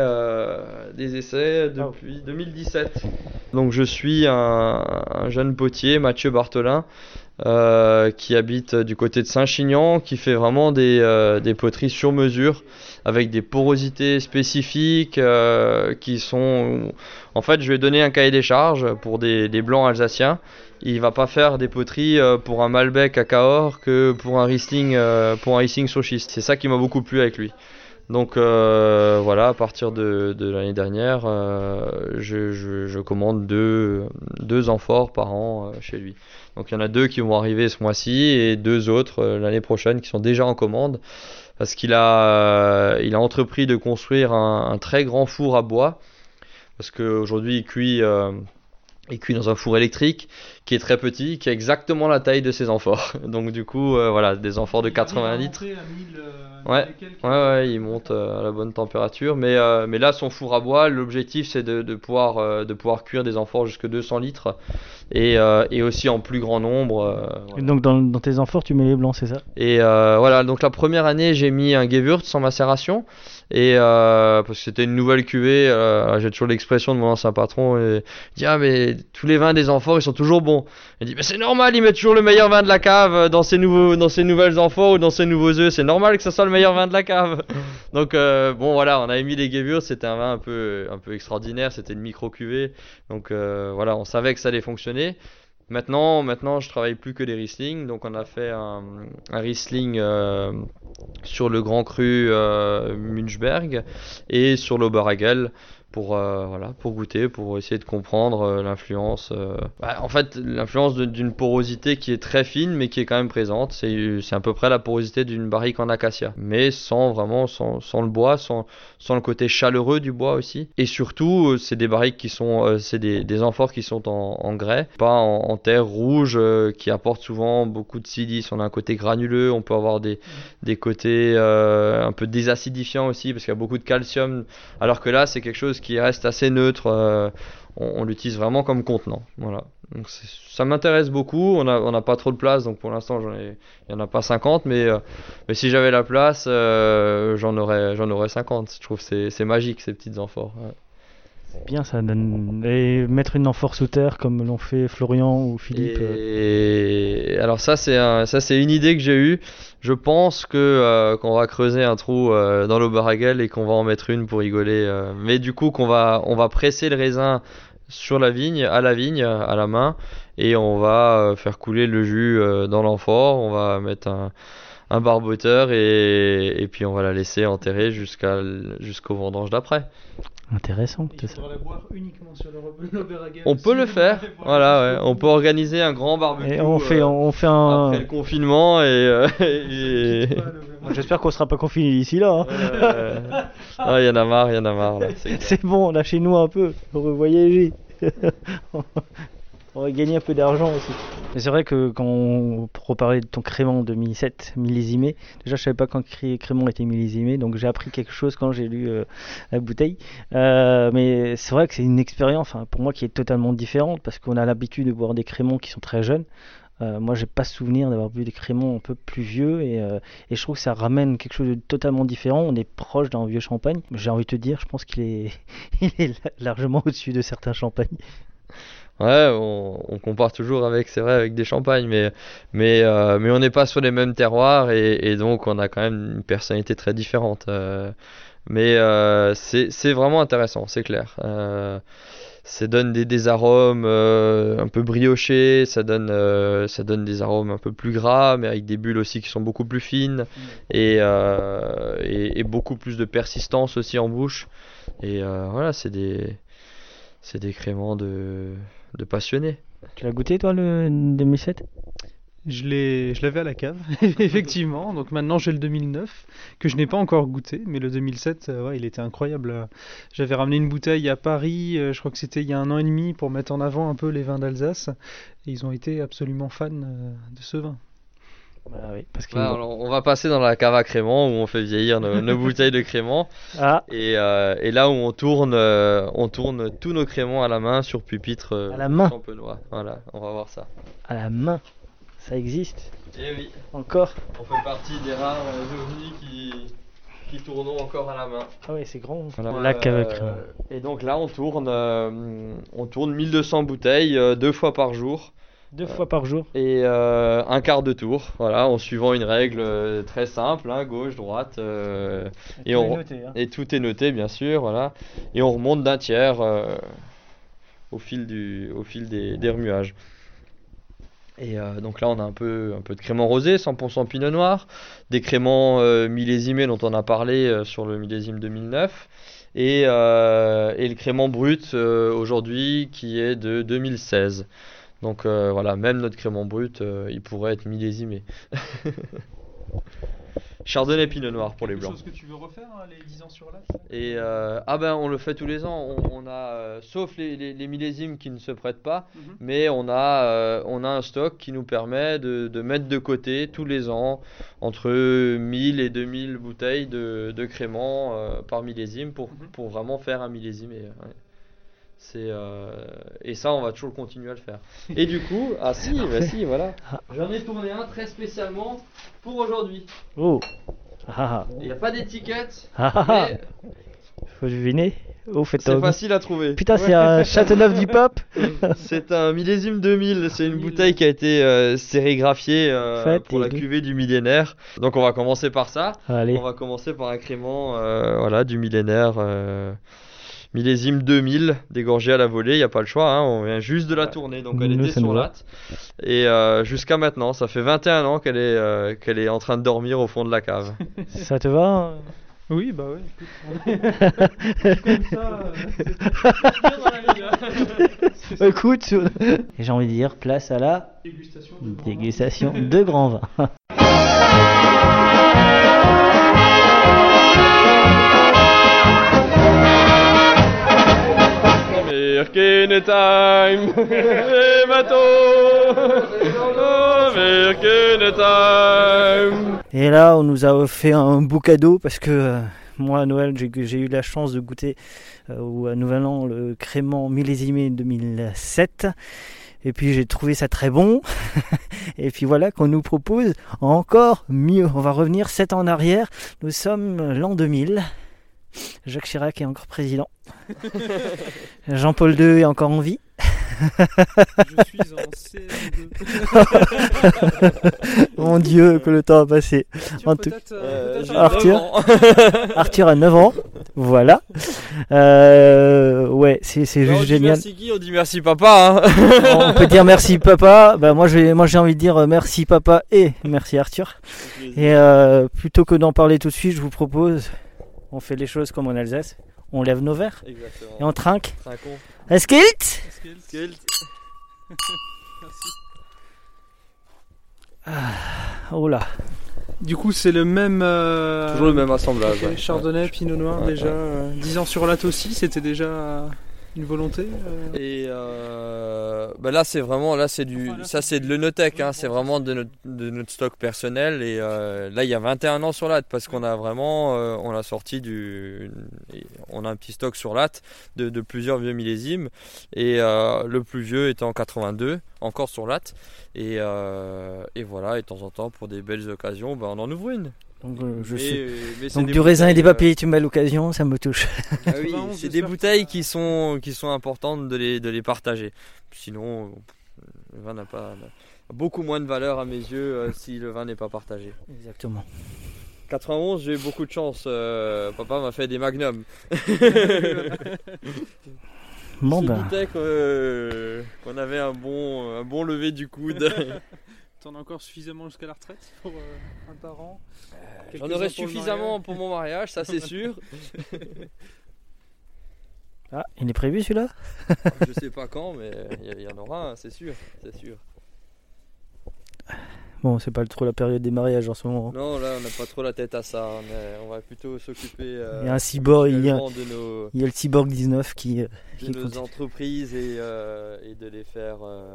depuis 2017. Donc je suis un jeune potier, Mathieu Bartholin, qui habite du côté de Saint-Chinian, qui fait vraiment des poteries sur mesure avec des porosités spécifiques qui sont... En fait, je vais donner un cahier des charges pour des blancs alsaciens. Il va pas faire des poteries pour un Malbec à Cahors que pour un Riesling sur schiste. C'est ça qui m'a beaucoup plu avec lui. Donc voilà, à partir de l'année dernière, je commande deux amphores par an chez lui. Donc il y en a 2 qui vont arriver ce mois-ci et 2 autres l'année prochaine qui sont déjà en commande, parce qu'il a entrepris de construire un très grand four à bois, parce qu'aujourd'hui il cuit dans un four électrique qui est très petit, qui a exactement la taille de ses amphores. Donc du coup, voilà, des amphores de 80 litres. Il monte à la bonne température. Mais là, son four à bois, l'objectif c'est de pouvoir cuire des amphores jusque 200 litres et aussi en plus grand nombre. Voilà. Et donc dans tes amphores, tu mets les blancs, c'est ça? Et voilà, donc la première année, j'ai mis un Gewürz en macération. Et parce que c'était une nouvelle cuvée, j'ai toujours l'expression de mon ancien patron, il dit ah mais tous les vins des amphores ils sont toujours bons. Il dit mais c'est normal, il met toujours le meilleur vin de la cave dans ces nouvelles amphores ou dans ces nouveaux œufs, c'est normal que ça soit le meilleur vin de la cave. Donc bon voilà, on avait mis les Gewürz, c'était un vin un peu extraordinaire, c'était une micro cuvée, donc voilà, on savait que ça allait fonctionner. Maintenant, je travaille plus que des Riesling, donc on a fait un Riesling sur le Grand Cru Münchberg et sur l'Oberagel. pour goûter, pour essayer de comprendre l'influence. En fait, l'influence d'une porosité qui est très fine, mais qui est quand même présente. C'est à peu près la porosité d'une barrique en acacia, mais sans le bois, sans le côté chaleureux du bois aussi. Et surtout, c'est des barriques qui sont, c'est des amphores qui sont en grès, pas en terre rouge, qui apportent souvent beaucoup de silice. On a un côté granuleux, on peut avoir des côtés un peu désacidifiants aussi, parce qu'il y a beaucoup de calcium, alors que là, c'est quelque chose qui reste assez neutre. On l'utilise vraiment comme contenant. Voilà. Donc ça m'intéresse beaucoup. On n'a pas trop de place, donc pour l'instant, il n'y en a pas 50, mais si j'avais la place, j'en aurais 50. Je trouve que c'est magique, ces petites amphores. Ouais. C'est bien, ça donne. Et mettre une amphore sous terre comme l'ont fait Florian ou Philippe. Et alors ça c'est une idée que j'ai eue. Je pense qu'on va creuser un trou dans l'Oberhagel et qu'on va en mettre une pour rigoler. Mais du coup on va presser le raisin sur la vigne, à la main, et on va faire couler le jus dans l'amphore. On va mettre un barboteur et puis on va la laisser enterrer jusqu'au vendange d'après. Intéressant. Il faudra la boire uniquement sur l'Oberhagel. On peut le faire, voilà, ouais. On peut organiser un grand barbecue. Et on fait un. Après le confinement et J'espère qu'on sera pas confiné d'ici là. Il y en a marre là. C'est bon, lâchez-nous un peu, on va voyager. On va gagner un peu d'argent aussi. Mais c'est vrai que quand on reparlait de ton crément 2007 millésimé, déjà je savais pas quand crément était millésimé, donc j'ai appris quelque chose quand j'ai lu la bouteille. Mais c'est vrai que c'est une expérience, pour moi, qui est totalement différente, parce qu'on a l'habitude de boire des créments qui sont très jeunes. Moi, j'ai pas souvenir d'avoir bu des créments un peu plus vieux, et je trouve que ça ramène quelque chose de totalement différent. On est proche d'un vieux champagne. J'ai envie de te dire, je pense qu'il est largement au-dessus de certains champagnes. Ouais, on compare toujours avec des champagnes, mais on n'est pas sur les mêmes terroirs, et donc on a quand même une personnalité très différente. Mais c'est vraiment intéressant, c'est clair. Ça donne des arômes un peu briochés, ça donne des arômes un peu plus gras, mais avec des bulles aussi qui sont beaucoup plus fines, et beaucoup plus de persistance aussi en bouche. Et voilà, c'est des créments de passionnés. Tu l'as goûté toi le 2007 ? Je l'avais à la cave, effectivement. Donc maintenant j'ai le 2009 que je n'ai pas encore goûté, mais le 2007, il était incroyable. J'avais ramené une bouteille à Paris, je crois que c'était il y a 1 an et demi, pour mettre en avant un peu les vins d'Alsace, et ils ont été absolument fans de ce vin. Bah oui, parce que on va passer dans la cave à crément où on fait vieillir nos bouteilles de crément. Et là où on tourne tous nos créments à la main sur pupitre à la main. champenois. Voilà, on va voir ça. À la main, ça existe. Eh oui. Encore. On fait partie des rares ovnis qui tournons encore à la main. Ah oui, c'est grand. Voilà. La cave à crément. Et donc là on tourne 1200 bouteilles 2 fois par jour. 2 fois par jour. Et un quart de tour, voilà, en suivant une règle très simple, gauche, droite, et tout est noté, bien sûr, voilà, et on remonte d'un tiers au fil des remuages. Et donc là on a un peu de crément rosé, 100% pinot noir, des créments millésimés dont on a parlé sur le millésime 2009, et le crément brut aujourd'hui qui est de 2016. Donc voilà, même notre crément brut, il pourrait être millésimé. Chardonnay Pinot Noir pour les blancs. Quelque chose que tu veux refaire, les 10 ans sur l'âge ? Et on le fait tous les ans. On a, sauf les millésimes qui ne se prêtent pas, mais on a un stock qui nous permet de mettre de côté tous les ans entre 1000 et 2000 bouteilles de crément par millésime pour vraiment faire un millésime. Et ça, on va toujours continuer à le faire. Et du coup, voilà. J'en ai tourné un très spécialement pour aujourd'hui. Oh. Il n'y a pas d'étiquette, mais faut deviner. C'est facile à trouver. Putain, c'est un Châteauneuf du Pape. C'est un millésime 2000. C'est une bouteille qui a été sérigraphiée pour la cuvée du millénaire. Donc on va commencer par ça. Allez. On va commencer par un crément du millénaire. Millésime 2000, dégorgé à la volée, il n'y a pas le choix, on vient juste de la tourner, donc elle était sur latte. Et jusqu'à maintenant, ça fait 21 ans qu'elle est en train de dormir au fond de la cave. Ça te va ? Oui, bah ouais. Comme ça, Écoute, et j'ai envie de dire, place à la dégustation de grands vins. Merkene time, les bateaux, Merkene time. Et là, on nous a fait un beau cadeau parce que moi, à Noël, j'ai eu la chance de goûter ou à Nouvel An le crément millésimé 2007. Et puis j'ai trouvé ça très bon. Et puis voilà qu'on nous propose encore mieux. On va revenir 7 ans en arrière. Nous sommes l'an 2000. Jacques Chirac est encore président. Jean-Paul II est encore en vie. je suis en CM2. Mon Dieu, que le temps a passé. En tout- Peut-être Arthur a 9 ans. Voilà. Ouais, c'est juste génial. Merci qui, on dit merci papa. Hein. On peut dire merci papa. Bah moi j'ai envie de dire merci papa et merci Arthur. Et plutôt que d'en parler tout de suite, je vous propose, on fait les choses comme en Alsace. On lève nos verres Exactement. et on trinque. Trinquons. Eskilt. Oh là. Du coup, c'est le même. Toujours le même assemblage. ok, ouais. Chardonnay, Pinot Noir, Ouais, déjà. 10 ans sur latte aussi, c'était déjà une volonté. Et bah là c'est vraiment c'est de l'Enotech, hein, c'est vraiment de notre stock personnel. Et là il y a 21 ans sur latte parce qu'on a vraiment on a sorti on a un petit stock sur latte de plusieurs vieux millésimes, et le plus vieux étant en 82 encore sur latte, et voilà, et de temps en temps pour des belles occasions on en ouvre une. Donc, Mais c'est Donc des du raisin et des bouteilles, papiers est une belle occasion, ça me touche. Ah oui, 91, c'est des j'espère bouteilles que- qui sont importantes de les partager. Sinon, le vin n'a beaucoup moins de valeur à mes yeux si le vin n'est pas partagé. Exactement. 91, j'ai eu beaucoup de chance. Papa m'a fait des magnums. Bon Je ben, doutais qu'on avait un bon lever du coude. T'en as encore suffisamment jusqu'à la retraite pour un par an. J'en Quelques-uns aurais pour le suffisamment mariage. pour mon mariage, ça c'est sûr. ah, il est prévu celui-là. Je sais pas quand, mais il y en aura un, c'est sûr. Bon, c'est pas trop la période des mariages en ce moment. Non, là on n'a pas trop la tête à ça. On va plutôt s'occuper Il y a un cyborg, il y a de le cyborg 19 qui nos continue. entreprises et de les faire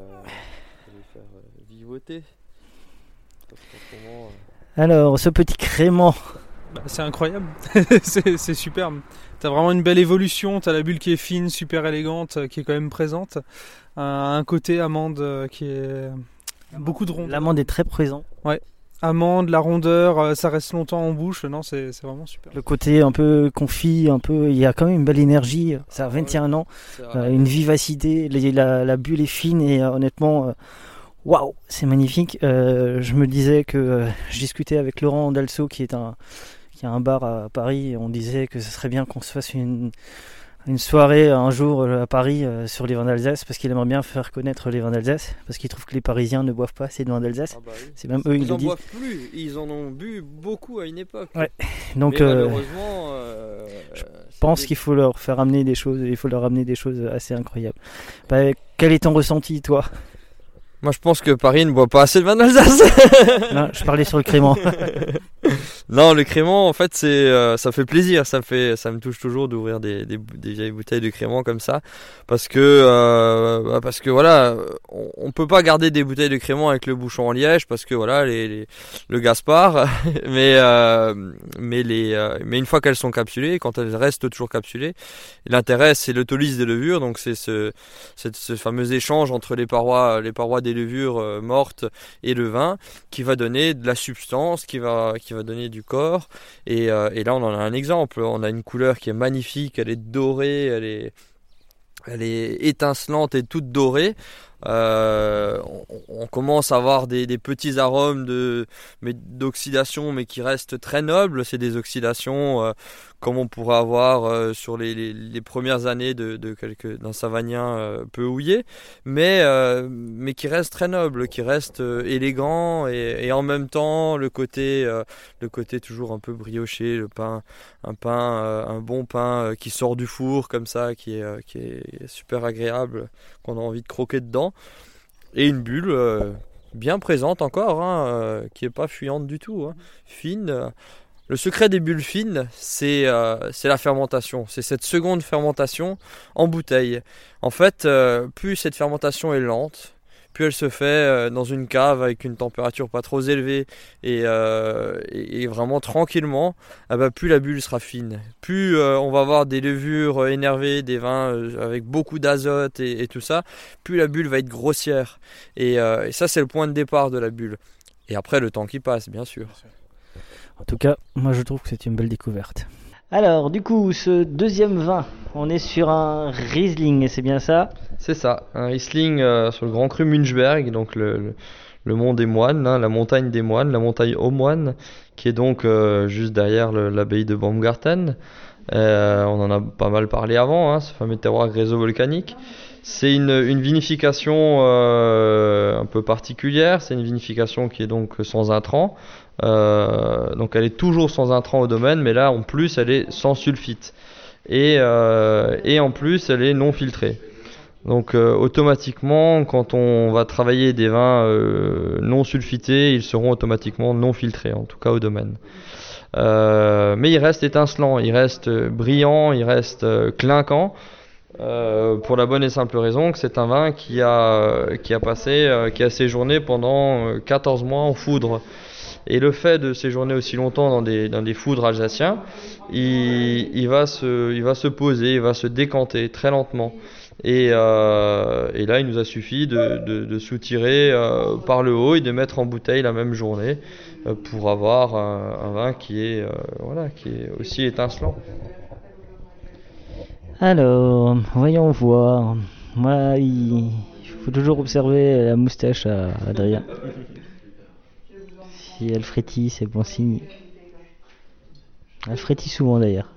vivoter. Parce qu'autrement, Alors, ce petit crément. Bah, c'est incroyable, c'est superbe. T'as vraiment une belle évolution, t'as la bulle qui est fine, super élégante, qui est quand même présente. Un côté amande qui est beaucoup de rondeur. L'amande est très présent. Amande, la rondeur, ça reste longtemps en bouche. Non, c'est vraiment super. Le côté un peu confit, il y a quand même une belle énergie. Ça a 21 ans, c'est vrai. une vivacité. La bulle est fine et honnêtement, waouh, c'est magnifique. Je me disais que je discutais avec Laurent Dalso qui a un bar à Paris, et on disait que ce serait bien qu'on se fasse une soirée un jour à Paris sur les vins d'Alsace, parce qu'il aimerait bien faire connaître les vins d'Alsace, parce qu'il trouve que les Parisiens ne boivent pas assez de vins d'Alsace. Ah bah oui. C'est même eux, ils Ils le en disent. boivent plus, ils en ont bu beaucoup à une époque. Ouais. Donc, Mais malheureusement, je pense qu'il faut leur faire amener des choses, assez incroyables. Bah, quel est ton ressenti, toi? moi je pense que Paris ne boit pas assez de vin d'Alsace. Non, je parlais sur le crément. Non, le crément, en fait, ça fait plaisir. Ça me touche toujours d'ouvrir des vieilles bouteilles de crément comme ça, parce que voilà, on peut pas garder des bouteilles de crément avec le bouchon en liège, parce que voilà, le Gaspard. mais une fois qu'elles sont capsulées, quand elles restent toujours capsulées, l'intérêt c'est l'autolyse des levures, donc c'est ce fameux échange entre les parois des levures mortes et le vin, qui va donner de la substance, qui va donner du corps, et là on en a un exemple. On a une couleur qui est magnifique, elle est dorée, elle est étincelante et toute dorée. On commence à avoir des petits arômes d'oxydation, mais qui restent très nobles. C'est des oxydations comme on pourrait avoir sur les premières années d'un savagnin peu houillé, mais qui restent très nobles, qui restent élégants, et en même temps le côté toujours un peu brioché, un bon pain qui sort du four comme ça, qui est super agréable, qu'on a envie de croquer dedans, et une bulle bien présente encore, qui est pas fuyante du tout, fine. Le secret des bulles fines, c'est la fermentation. C'est cette seconde fermentation en bouteille. En fait, plus cette fermentation est lente, plus elle se fait dans une cave avec une température pas trop élevée et vraiment tranquillement, plus la bulle sera fine. Plus on va avoir des levures énervées, des vins avec beaucoup d'azote et tout ça, plus la bulle va être grossière. Et ça, c'est le point de départ de la bulle. Et après, le temps qui passe, bien sûr. En tout cas, moi je trouve que c'est une belle découverte. Alors, du coup, ce deuxième vin, on est sur un Riesling, c'est bien ça? C'est ça, un Riesling sur le Grand Cru Münchberg, donc le mont des moines, la montagne des moines, la montagne aux moines, qui est donc juste derrière l'abbaye de Baumgarten. On en a pas mal parlé avant, ce fameux terroir gréso-volcanique. C'est une vinification un peu particulière, c'est une vinification qui est donc sans intrants. Donc elle est toujours sans intrants au domaine, mais là en plus elle est sans sulfite. Et en plus elle est non filtrée. Donc automatiquement, quand on va travailler des vins non sulfités, ils seront automatiquement non filtrés, en tout cas au domaine. Mais il reste étincelant, il reste brillant, il reste clinquant, pour la bonne et simple raison que c'est un vin qui a séjourné pendant 14 mois en foudre. Et le fait de séjourner aussi longtemps dans des foudres alsaciens, il va se poser, il va se décanter très lentement. Et là, il nous a suffi de soutirer par le haut et de mettre en bouteille la même journée pour avoir un vin qui est aussi étincelant. Alors, voyons voir. Moi, il faut toujours observer la moustache à Adrien. Si elle frétille, c'est bon signe. Elle frétille souvent d'ailleurs.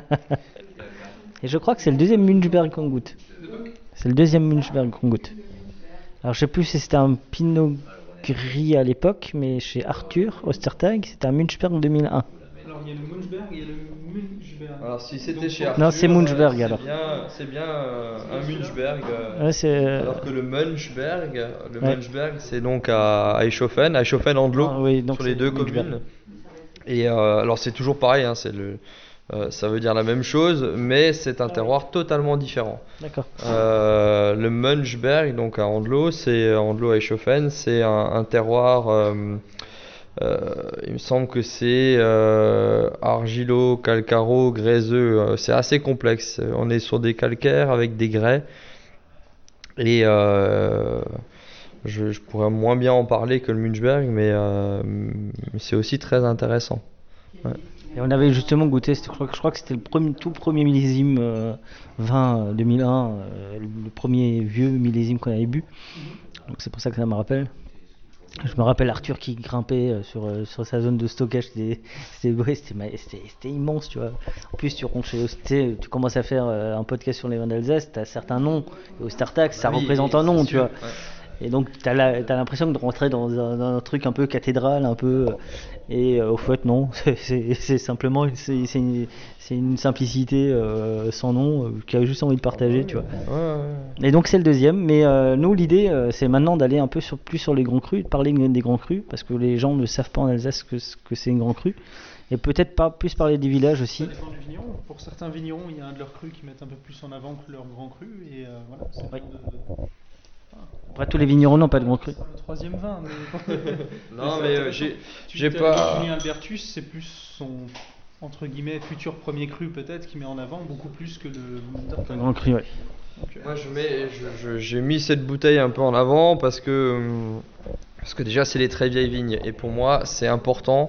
Et je crois que c'est le deuxième Münchberg qu'on goûte. C'est le deuxième Münchberg qu'on goûte. Alors je sais plus si c'était un Pinot Gris à l'époque, mais chez Arthur Ostertag, c'était un Münchberg 2001. Alors il y a le Münchberg et le Münchberg. Alors si c'était chez Arthur, non, c'est Münchberg alors. C'est bien un Münchberg. Alors que le Münchberg, c'est donc à Eichhofen en Dlo, sur les deux communes. Et alors c'est toujours pareil, ça veut dire la même chose, mais c'est un terroir totalement différent. D'accord. Le Münchberg, donc à Andlo, c'est Andlo-Eichhofen, c'est un terroir. Il me semble que c'est argilo, calcaro, gréseux. C'est assez complexe. On est sur des calcaires avec des grès. Et je pourrais moins bien en parler que le Münchberg, mais c'est aussi très intéressant. Ouais. Et on avait justement goûté, je crois que c'était le tout premier millésime 20 2001, le premier vieux millésime qu'on avait bu. Donc c'est pour ça que ça me rappelle. Je me rappelle Arthur qui grimpait sur sa zone de stockage, c'était immense, tu vois. En plus, tu commences à faire un podcast sur les vins d'Alsace, tu as certains noms, et au Startax, ça représente un nom, tu vois. Ouais. Et donc, tu as l'impression de rentrer dans un truc un peu cathédrale, un peu. Et au fait, non, c'est simplement une simplicité sans nom qui a juste envie de partager, tu vois. Ouais. Et donc, c'est le deuxième. Mais nous, l'idée, c'est maintenant d'aller un peu plus sur les grands crus, de parler des grands crus, parce que les gens ne savent pas en Alsace que c'est une grand cru. Et peut-être pas plus parler des villages aussi. Ça dépend du vigneron. Pour certains vignerons, il y a un de leurs crus qui mettent un peu plus en avant que leur grand cru. Et voilà, c'est Après, tous les vignerons n'ont pas de grand cru. C'est le troisième vin. Mais... non, mais j'ai pas. Julien Albertus, c'est plus son entre guillemets futur premier cru peut-être qui met en avant beaucoup plus que le grand cru. Ouais. Donc, moi, j'ai mis cette bouteille un peu en avant parce que déjà c'est les très vieilles vignes et pour moi c'est important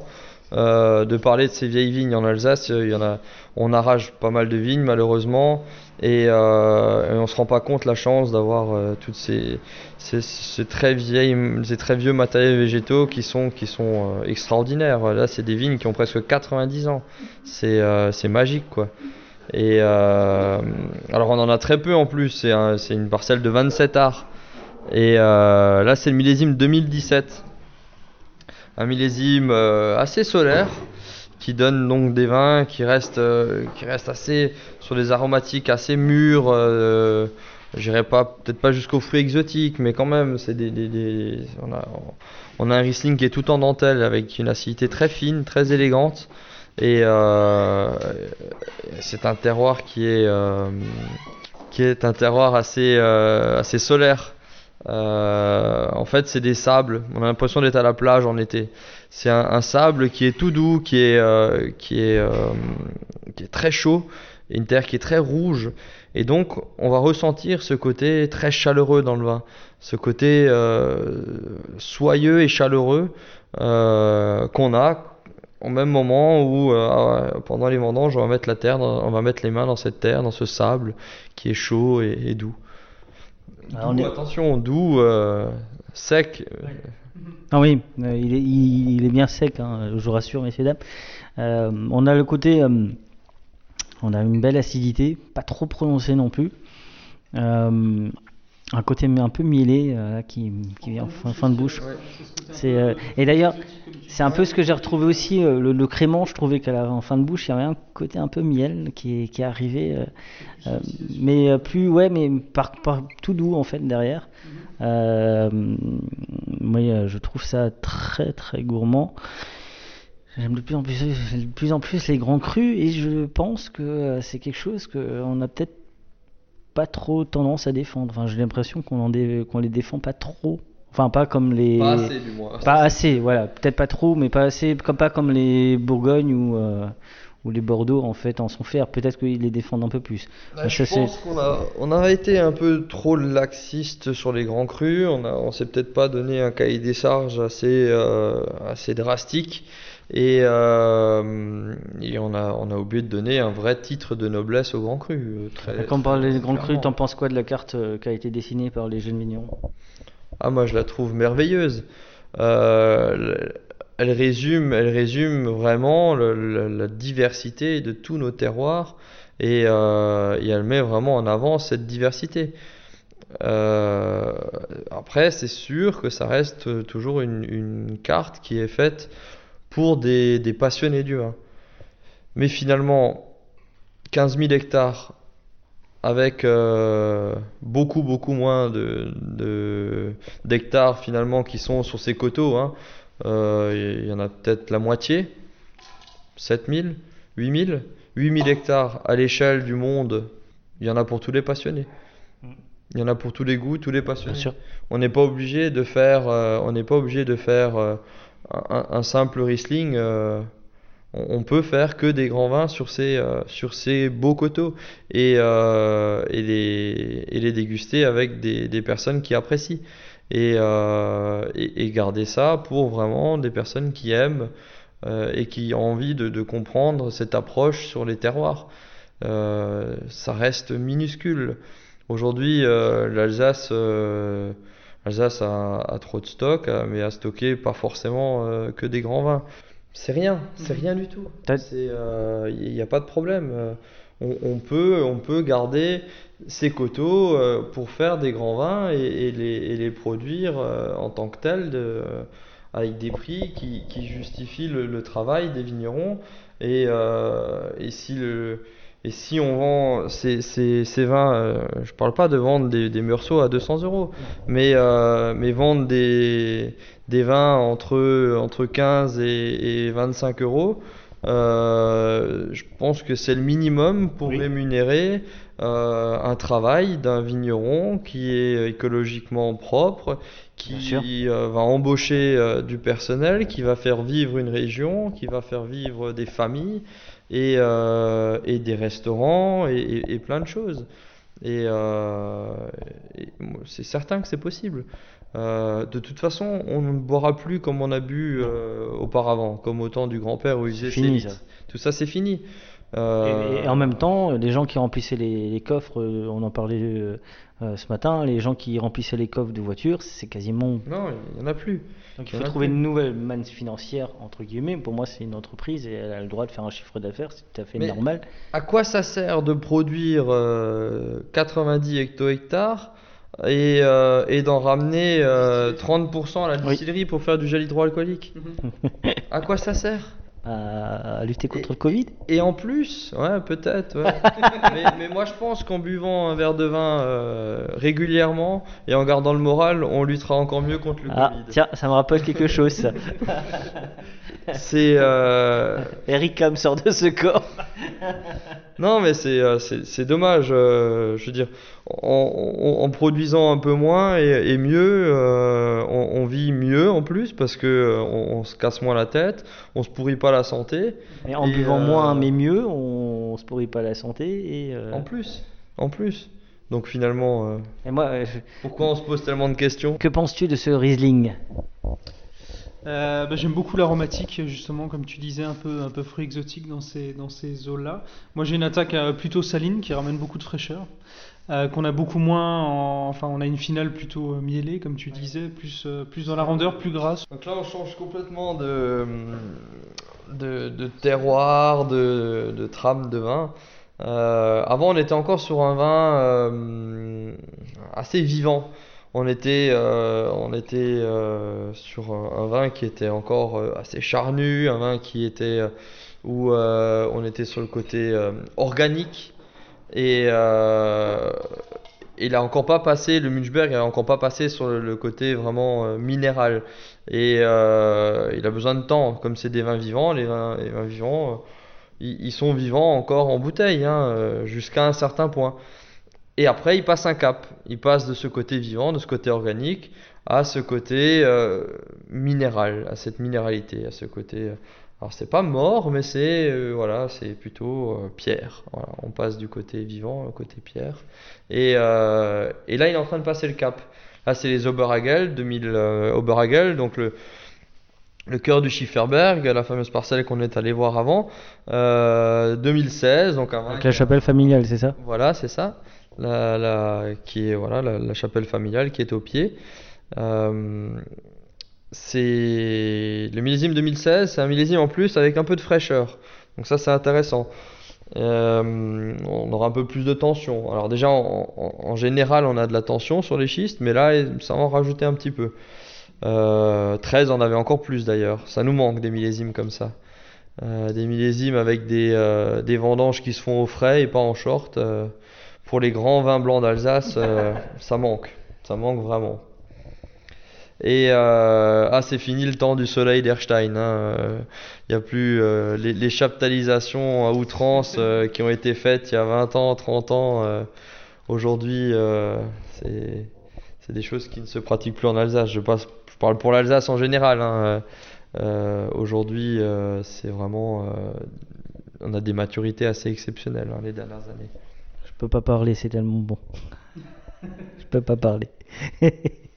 de parler de ces vieilles vignes en Alsace. On arrache pas mal de vignes malheureusement, et on se rend pas compte la chance d'avoir toutes ces très vieux matériels végétaux qui sont extraordinaires. Là, c'est des vignes qui ont presque 90 ans. C'est magique, quoi. Et alors on en a très peu en plus. C'est une parcelle de 27 arts. Et là, c'est le millésime 2017. Un millésime assez solaire, qui donne donc des vins qui restent assez sur des aromatiques assez mûrs. J'irai peut-être pas jusqu'aux fruits exotiques, mais quand même, c'est on a un Riesling qui est tout en dentelle avec une acidité très fine, très élégante, et c'est un terroir qui est un terroir assez solaire. En fait, c'est des sables. On a l'impression d'être à la plage en été. C'est un sable qui est tout doux, qui est très chaud, et une terre qui est très rouge. Et donc, on va ressentir ce côté très chaleureux dans le vin, ce côté soyeux et chaleureux qu'on a au même moment où, pendant les vendanges, on va mettre les mains dans cette terre, dans ce sable qui est chaud et doux. Doux, attention, doux, sec. Ah oui, il est bien sec, hein, je vous rassure, messieurs, dames. On a le côté, on a une belle acidité, pas trop prononcée non plus. Un côté un peu mielé qui vient en fin de bouche. Et d'ailleurs, c'est un peu ce que j'ai retrouvé aussi, le crément. Je trouvais qu'en fin de bouche, il y avait un côté un peu miel qui est arrivé, mais par tout doux en fait derrière. Moi, je trouve ça très très gourmand. J'aime de plus en plus les grands crus, et je pense que c'est quelque chose qu'on a peut-être pas trop tendance à défendre. Enfin, j'ai l'impression qu'on les défend pas trop. Enfin, pas comme les. Pas assez, du moins. Pas assez, voilà. Peut-être pas trop, mais pas assez. Pas comme les Bourgognes ou les Bordeaux, en fait, en sont fiers. Peut-être qu'ils les défendent un peu plus. Je pense qu'on a été un peu trop laxiste sur les grands crus. On s'est peut-être pas donné un cahier des charges assez drastique. Et on a oublié de donner un vrai titre de noblesse aux grands crus. Quand on parle des grands crus, t'en penses quoi de la carte qui a été dessinée par les jeunes vignerons ? Ah, moi je la trouve merveilleuse. Elle résume vraiment la diversité de tous nos terroirs, et elle met vraiment en avant cette diversité. Après, c'est sûr que ça reste toujours une carte qui est faite pour des passionnés du vin. Mais finalement, 15 000 hectares avec beaucoup moins d'hectares finalement qui sont sur ces coteaux, hein. Il y en a peut-être la moitié, 7 000, 8 000 hectares à l'échelle du monde. Il y en a pour tous les passionnés. Il y en a pour tous les goûts, tous les passionnés. Bien sûr. On n'est pas obligé de faire un simple Riesling. On peut faire que des grands vins sur ces beaux coteaux, et les déguster avec des personnes qui apprécient, et garder ça pour vraiment des personnes qui aiment et qui ont envie de comprendre cette approche sur les terroirs. Ça reste minuscule. Aujourd'hui, l'Alsace a trop de stock, mais a stocké pas forcément que des grands vins. C'est rien du tout. Il n'y a pas de problème. On peut garder ces coteaux pour faire des grands vins et les produire en tant que tels, avec des prix qui justifient le travail des vignerons. Et si on vend ces vins, je parle pas de vendre des meursault à 200 €, mais vendre des vins entre 15 et 25 €, je pense que c'est le minimum pour rémunérer un travail d'un vigneron qui est écologiquement propre, qui va embaucher du personnel, qui va faire vivre une région, qui va faire vivre des familles, et des restaurants, et plein de choses. Et c'est certain que c'est possible. De toute façon, on ne boira plus comme on a bu auparavant, comme au temps du grand-père où il disait Fini, c'est ça. tout ça c'est fini. Et en même temps, les gens qui remplissaient les coffres, on en parlait ce matin, les gens qui remplissaient les coffres de voitures, c'est quasiment... Non, il n'y en a plus. Donc il Il y faut en a trouver plus. une nouvelle manne financière, entre guillemets. Pour moi, c'est une entreprise et elle a le droit de faire un chiffre d'affaires, c'est tout à fait Mais normal. à quoi ça sert de produire 90 hecto-hectares et d'en ramener 30% à la Oui. distillerie pour faire du gel hydroalcoolique? À quoi ça sert? À lutter contre le Covid. Et en plus, ouais, peut-être, ouais. mais moi je pense qu'en buvant un verre de vin régulièrement et en gardant le moral, on luttera encore mieux contre le Ah, Covid. tiens, ça me rappelle quelque chose, ça. C'est Eric Cam sort de ce corps. non, mais c'est dommage. Je veux dire, en produisant un peu moins et mieux, on vit mieux en plus parce que on se casse moins la tête, on se pourrit pas la santé. Et en Et, buvant moins mais mieux, on se pourrit pas la santé. En plus. Donc finalement, Et moi, pourquoi on se pose tellement de questions? que penses-tu de ce Riesling? J'aime beaucoup l'aromatique, justement, comme tu disais, un peu fruit exotique dans ces eaux-là. Moi, j'ai une attaque plutôt saline qui ramène beaucoup de fraîcheur, qu'on a beaucoup moins. Enfin, on a une finale plutôt mielée, comme tu disais, plus dans la rondeur, plus grasse. Donc là, on change complètement de terroir, de trame de vin. Avant, on était encore sur un vin assez vivant. On était sur un vin qui était encore assez charnu, un vin qui était où on était sur le côté organique et il a encore pas passé, le Munchberg a encore pas passé sur le côté vraiment minéral. Et il a besoin de temps, comme c'est des vins vivants, les vins vivants, ils sont vivants encore en bouteille, hein, jusqu'à un certain point. Et après, il passe un cap. Il passe de ce côté vivant, de ce côté organique, à ce côté minéral, à cette minéralité, à ce côté. Alors, c'est pas mort, mais c'est voilà, c'est plutôt pierre. Voilà, on passe du côté vivant au côté pierre. Et là, il est en train de passer le cap. Là, c'est les Oberhagel, 2000 Oberhagel, donc le cœur du Schifferberg, la fameuse parcelle qu'on est allé voir avant, 2016, donc un vin Avec la chapelle familiale, c'est ça? voilà, c'est ça. Qui est voilà la chapelle familiale qui est au pied. C'est le millésime 2016, c'est un millésime en plus avec un peu de fraîcheur. Donc ça c'est intéressant. On aura un peu plus de tension. Alors déjà en général on a de la tension sur les schistes, mais là ça va en rajouter un petit peu. 13 en avait encore plus d'ailleurs. Ça nous manque des millésimes comme ça. Des millésimes avec des vendanges qui se font au frais et pas en short. Pour les grands vins blancs d'Alsace, ça manque vraiment. Et c'est fini le temps du soleil d'Erstein. Il n'y a plus les chaptalisations à outrance qui ont été faites il y a 20 ans, 30 ans. Aujourd'hui, c'est des choses qui ne se pratiquent plus en Alsace. Je parle pour l'Alsace en général. Aujourd'hui, c'est vraiment... on a des maturités assez exceptionnelles les dernières années. Je peux pas parler, c'est tellement bon. Je peux pas parler. Je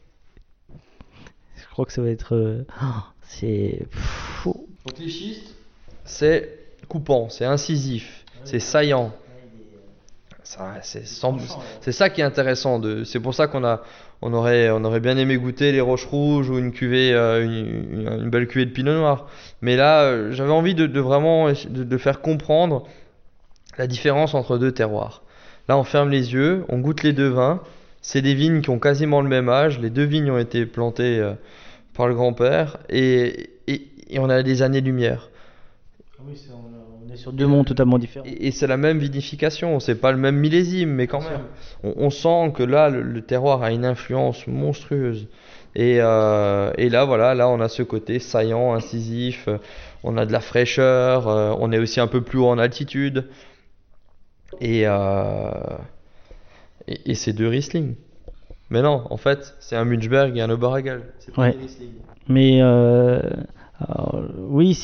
crois que ça va être... c'est fou. Donc les schistes, c'est coupant, c'est incisif, c'est saillant. C'est ça qui est intéressant. C'est pour ça on aurait bien aimé goûter les Roches Rouges ou une cuvée, une belle cuvée de Pinot Noir. Mais là, j'avais envie de vraiment de faire comprendre la différence entre deux terroirs. Là, on ferme les yeux, on goûte les deux vins. C'est des vignes qui ont quasiment le même âge. Les deux vignes ont été plantées par le grand-père et on a des années-lumière. Oui, on est sur deux mondes totalement différents. Et c'est la même vinification, c'est pas le même millésime, mais quand même. On sent que là, le terroir a une influence monstrueuse. Et là, voilà, là, on a ce côté saillant, incisif. On a de la fraîcheur. On est aussi un peu plus haut en altitude. Et c'est deux Riesling. Mais non, en fait, c'est un Munchberg et un Oberhagel. C'est pas Ouais. des Riesling. Mais oui,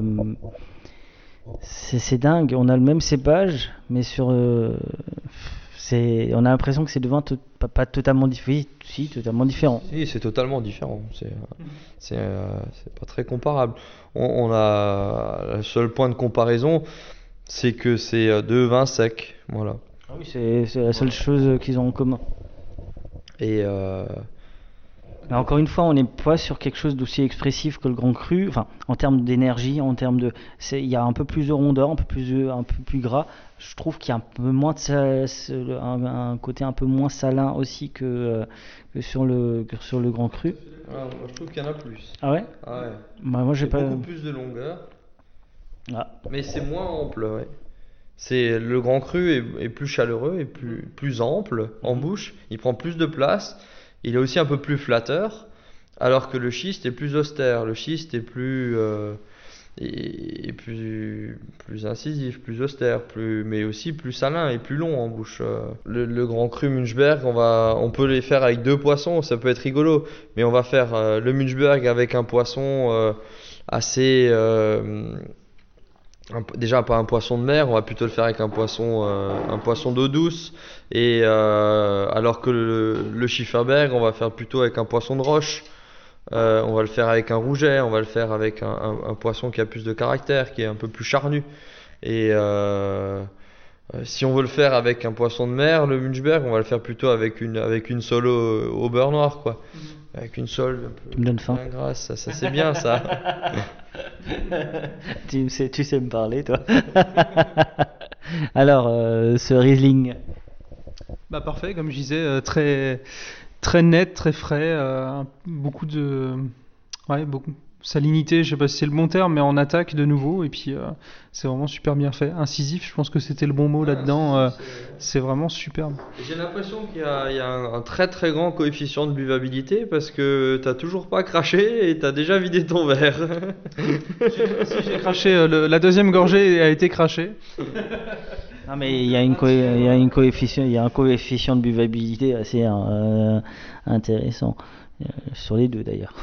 c'est dingue. On a le même cépage, mais on a l'impression que c'est de vin pas totalement différent. Si, totalement différent. Si, c'est totalement différent. C'est pas très comparable. On a le seul point de comparaison, c'est que c'est deux vins secs. Voilà. Ah oui, c'est la seule chose qu'ils ont en commun. Et Mais encore une fois, on n'est pas sur quelque chose d'aussi expressif que le Grand Cru. Enfin, en termes d'énergie, il y a un peu plus de rondeur, un peu plus gras. Je trouve qu'il y a un peu moins un côté un peu moins salin aussi que sur le Grand Cru. moi, je trouve qu'il y en a plus. Ah ouais? Ah ouais. Bah, moi, j'ai C'est pas. beaucoup plus de longueur, Ah. mais c'est moins ample. Ouais. Le Grand Cru est plus chaleureux et plus ample en bouche. Il prend plus de place. Il est aussi un peu plus flatteur, alors que le schiste est plus austère. Le schiste est plus incisif, plus austère, mais aussi plus salin et plus long en bouche. Le Grand Cru Münchberg, on peut les faire avec 2 poissons, ça peut être rigolo, mais on va faire le Münchberg avec un poisson assez... déjà pas un poisson de mer, on va plutôt le faire avec un poisson d'eau douce, et alors que le Schifferberg, on va faire plutôt avec un poisson de roche. On va le faire avec un rouget, on va le faire avec un poisson qui a plus de caractère, qui est un peu plus charnu. Et si on veut le faire avec un poisson de mer, le Münchberg, on va le faire plutôt avec une sole au beurre noir, quoi. Avec une sole Tu me donnes faim. bien grasse, ça c'est bien ça. Tu sais me parler, toi. Alors, ce Riesling. Bah parfait, comme je disais, très très net, très frais, beaucoup de salinité, je sais pas si c'est le bon terme, mais en attaque de nouveau, et puis c'est vraiment super bien fait. Incisif, je pense que c'était le bon mot là-dedans, c'est vraiment superbe. J'ai l'impression qu'il y a un très très grand coefficient de buvabilité parce que t'as toujours pas craché et t'as déjà vidé ton verre. Si j'ai craché, la deuxième gorgée a été crachée. Non, mais il y a un coefficient de buvabilité assez intéressant. Sur les deux d'ailleurs.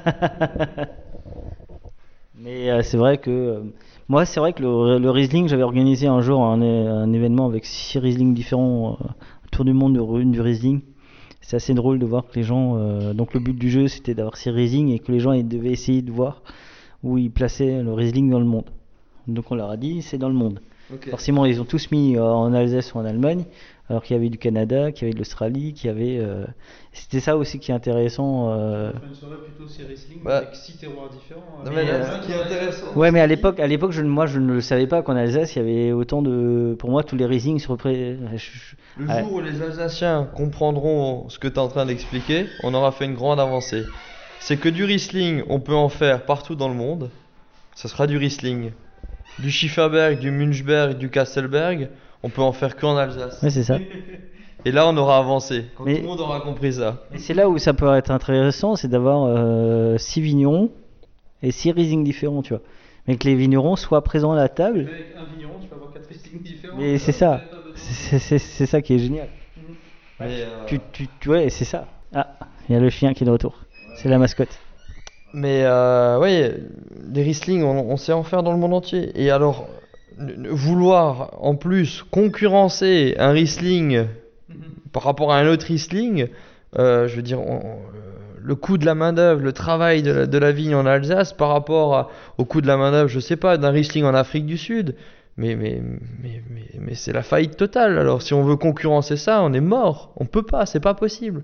Mais c'est vrai que moi, c'est vrai que le Riesling, j'avais organisé un jour un événement avec 6 Riesling différents, un tour du monde du Riesling. C'est assez drôle de voir que les gens. Donc le but du jeu, c'était d'avoir 6 Riesling et que les gens ils devaient essayer de voir où ils plaçaient le Riesling dans le monde. Donc on leur a dit, c'est dans le monde. Okay. Forcément, ils ont tous mis en Alsace ou en Allemagne, alors qu'il y avait du Canada, qu'il y avait de l'Australie, qu'il y avait. C'était ça aussi qui est intéressant. On fait une soirée plutôt c'est Riesling avec 6 terroirs différents. Non, mais là, ce qui est intéressant. Ouais, mais à l'époque, moi, je ne le savais pas qu'en Alsace, il y avait autant de. Pour moi, tous les Riesling se représentent. Le jour où les Alsaciens comprendront ce que tu es en train d'expliquer, on aura fait une grande avancée. C'est que du Riesling, on peut en faire partout dans le monde. Ça sera du Riesling. Du Schifferberg, du Münchberg, du Kastelberg, on peut en faire qu'en Alsace. Ouais, c'est ça. Et là, on aura avancé. Quand Mais- tout le monde aura compris ça. Et c'est là où ça peut être intéressant, c'est d'avoir 6 vignerons et 6 Riesling différents, tu vois. Mais que les vignerons soient présents à la table. Avec un vigneron, tu peux avoir 4 Riesling différents. Mais c'est ça. C'est ça qui est génial. Mais, Ouais, c'est ça. Ah, il y a le chien qui est de retour. C'est la mascotte. Mais oui, des Riesling, on sait en faire dans le monde entier. Et alors, vouloir en plus concurrencer un Riesling par rapport à un autre Riesling, je veux dire, le coût de la main-d'œuvre, le travail de la vigne en Alsace par rapport au coût de la main-d'œuvre, je sais pas, d'un Riesling en Afrique du Sud. Mais c'est la faillite totale. Alors, si on veut concurrencer ça, on est mort. On peut pas, c'est pas possible.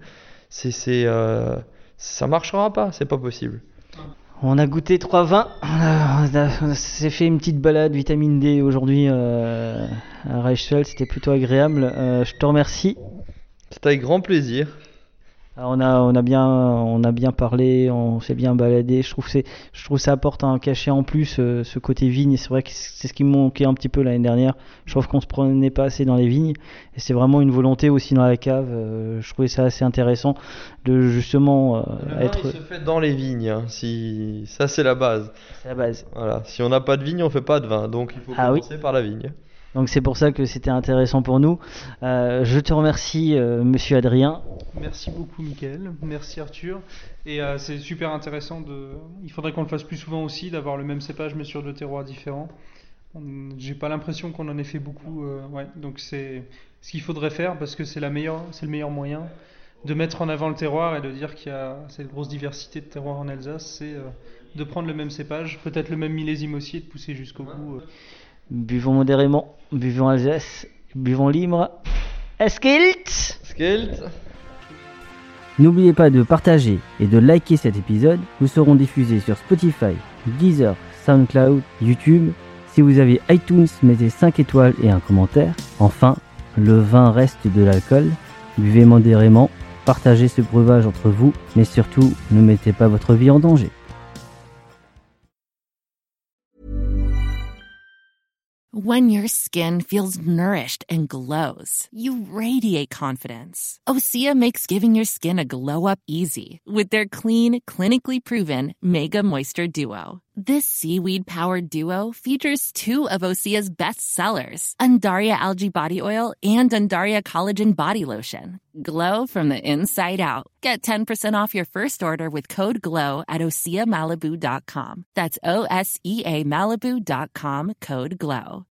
Ça marchera pas, c'est pas possible. On a goûté 3 vins. On s'est fait une petite balade vitamine D aujourd'hui à Reichsfeld. C'était plutôt agréable. Je te remercie. C'est avec grand plaisir. Alors, on a bien parlé, on s'est bien baladé. Je trouve ça apporte un cachet en plus, ce côté vigne. C'est vrai que c'est ce qui me manquait un petit peu l'année dernière. Je trouve qu'on se prenait pas assez dans les vignes, et c'est vraiment une volonté aussi dans la cave. Je trouvais ça assez intéressant de justement Le vin, être. il se fait dans les vignes. Hein. Ça, c'est la base. C'est la base. Voilà. Si on n'a pas de vigne, on fait pas de vin. Donc, il faut Ah oui. commencer par la vigne. Donc c'est pour ça que c'était intéressant pour nous. Je te remercie, Monsieur Adrien. Merci beaucoup, Mickaël. Merci, Arthur. Et c'est super intéressant. Il faudrait qu'on le fasse plus souvent aussi, d'avoir le même cépage mais sur 2 terroirs différents. J'ai pas l'impression qu'on en ait fait beaucoup. Ouais. Donc c'est ce qu'il faudrait faire parce que c'est le meilleur moyen de mettre en avant le terroir et de dire qu'il y a cette grosse diversité de terroirs en Alsace, c'est de prendre le même cépage, peut-être le même millésime aussi et de pousser jusqu'au bout. Buvons modérément, buvons Alsace, buvons libre. Eskilt! N'oubliez pas de partager et de liker cet épisode. Nous serons diffusés sur Spotify, Deezer, SoundCloud, YouTube. Si vous avez iTunes, mettez 5 étoiles et un commentaire. Enfin, le vin reste de l'alcool. Buvez modérément, partagez ce breuvage entre vous, mais surtout, ne mettez pas votre vie en danger. When your skin feels nourished and glows, you radiate confidence. Osea makes giving your skin a glow up easy with their clean, clinically proven Mega Moisture Duo. This seaweed-powered duo features 2 of Osea's best sellers, Undaria Algae Body Oil and Undaria Collagen Body Lotion. Glow from the inside out. Get 10% off your first order with code GLOW at OseaMalibu.com. That's OSEA Malibu.com, code GLOW.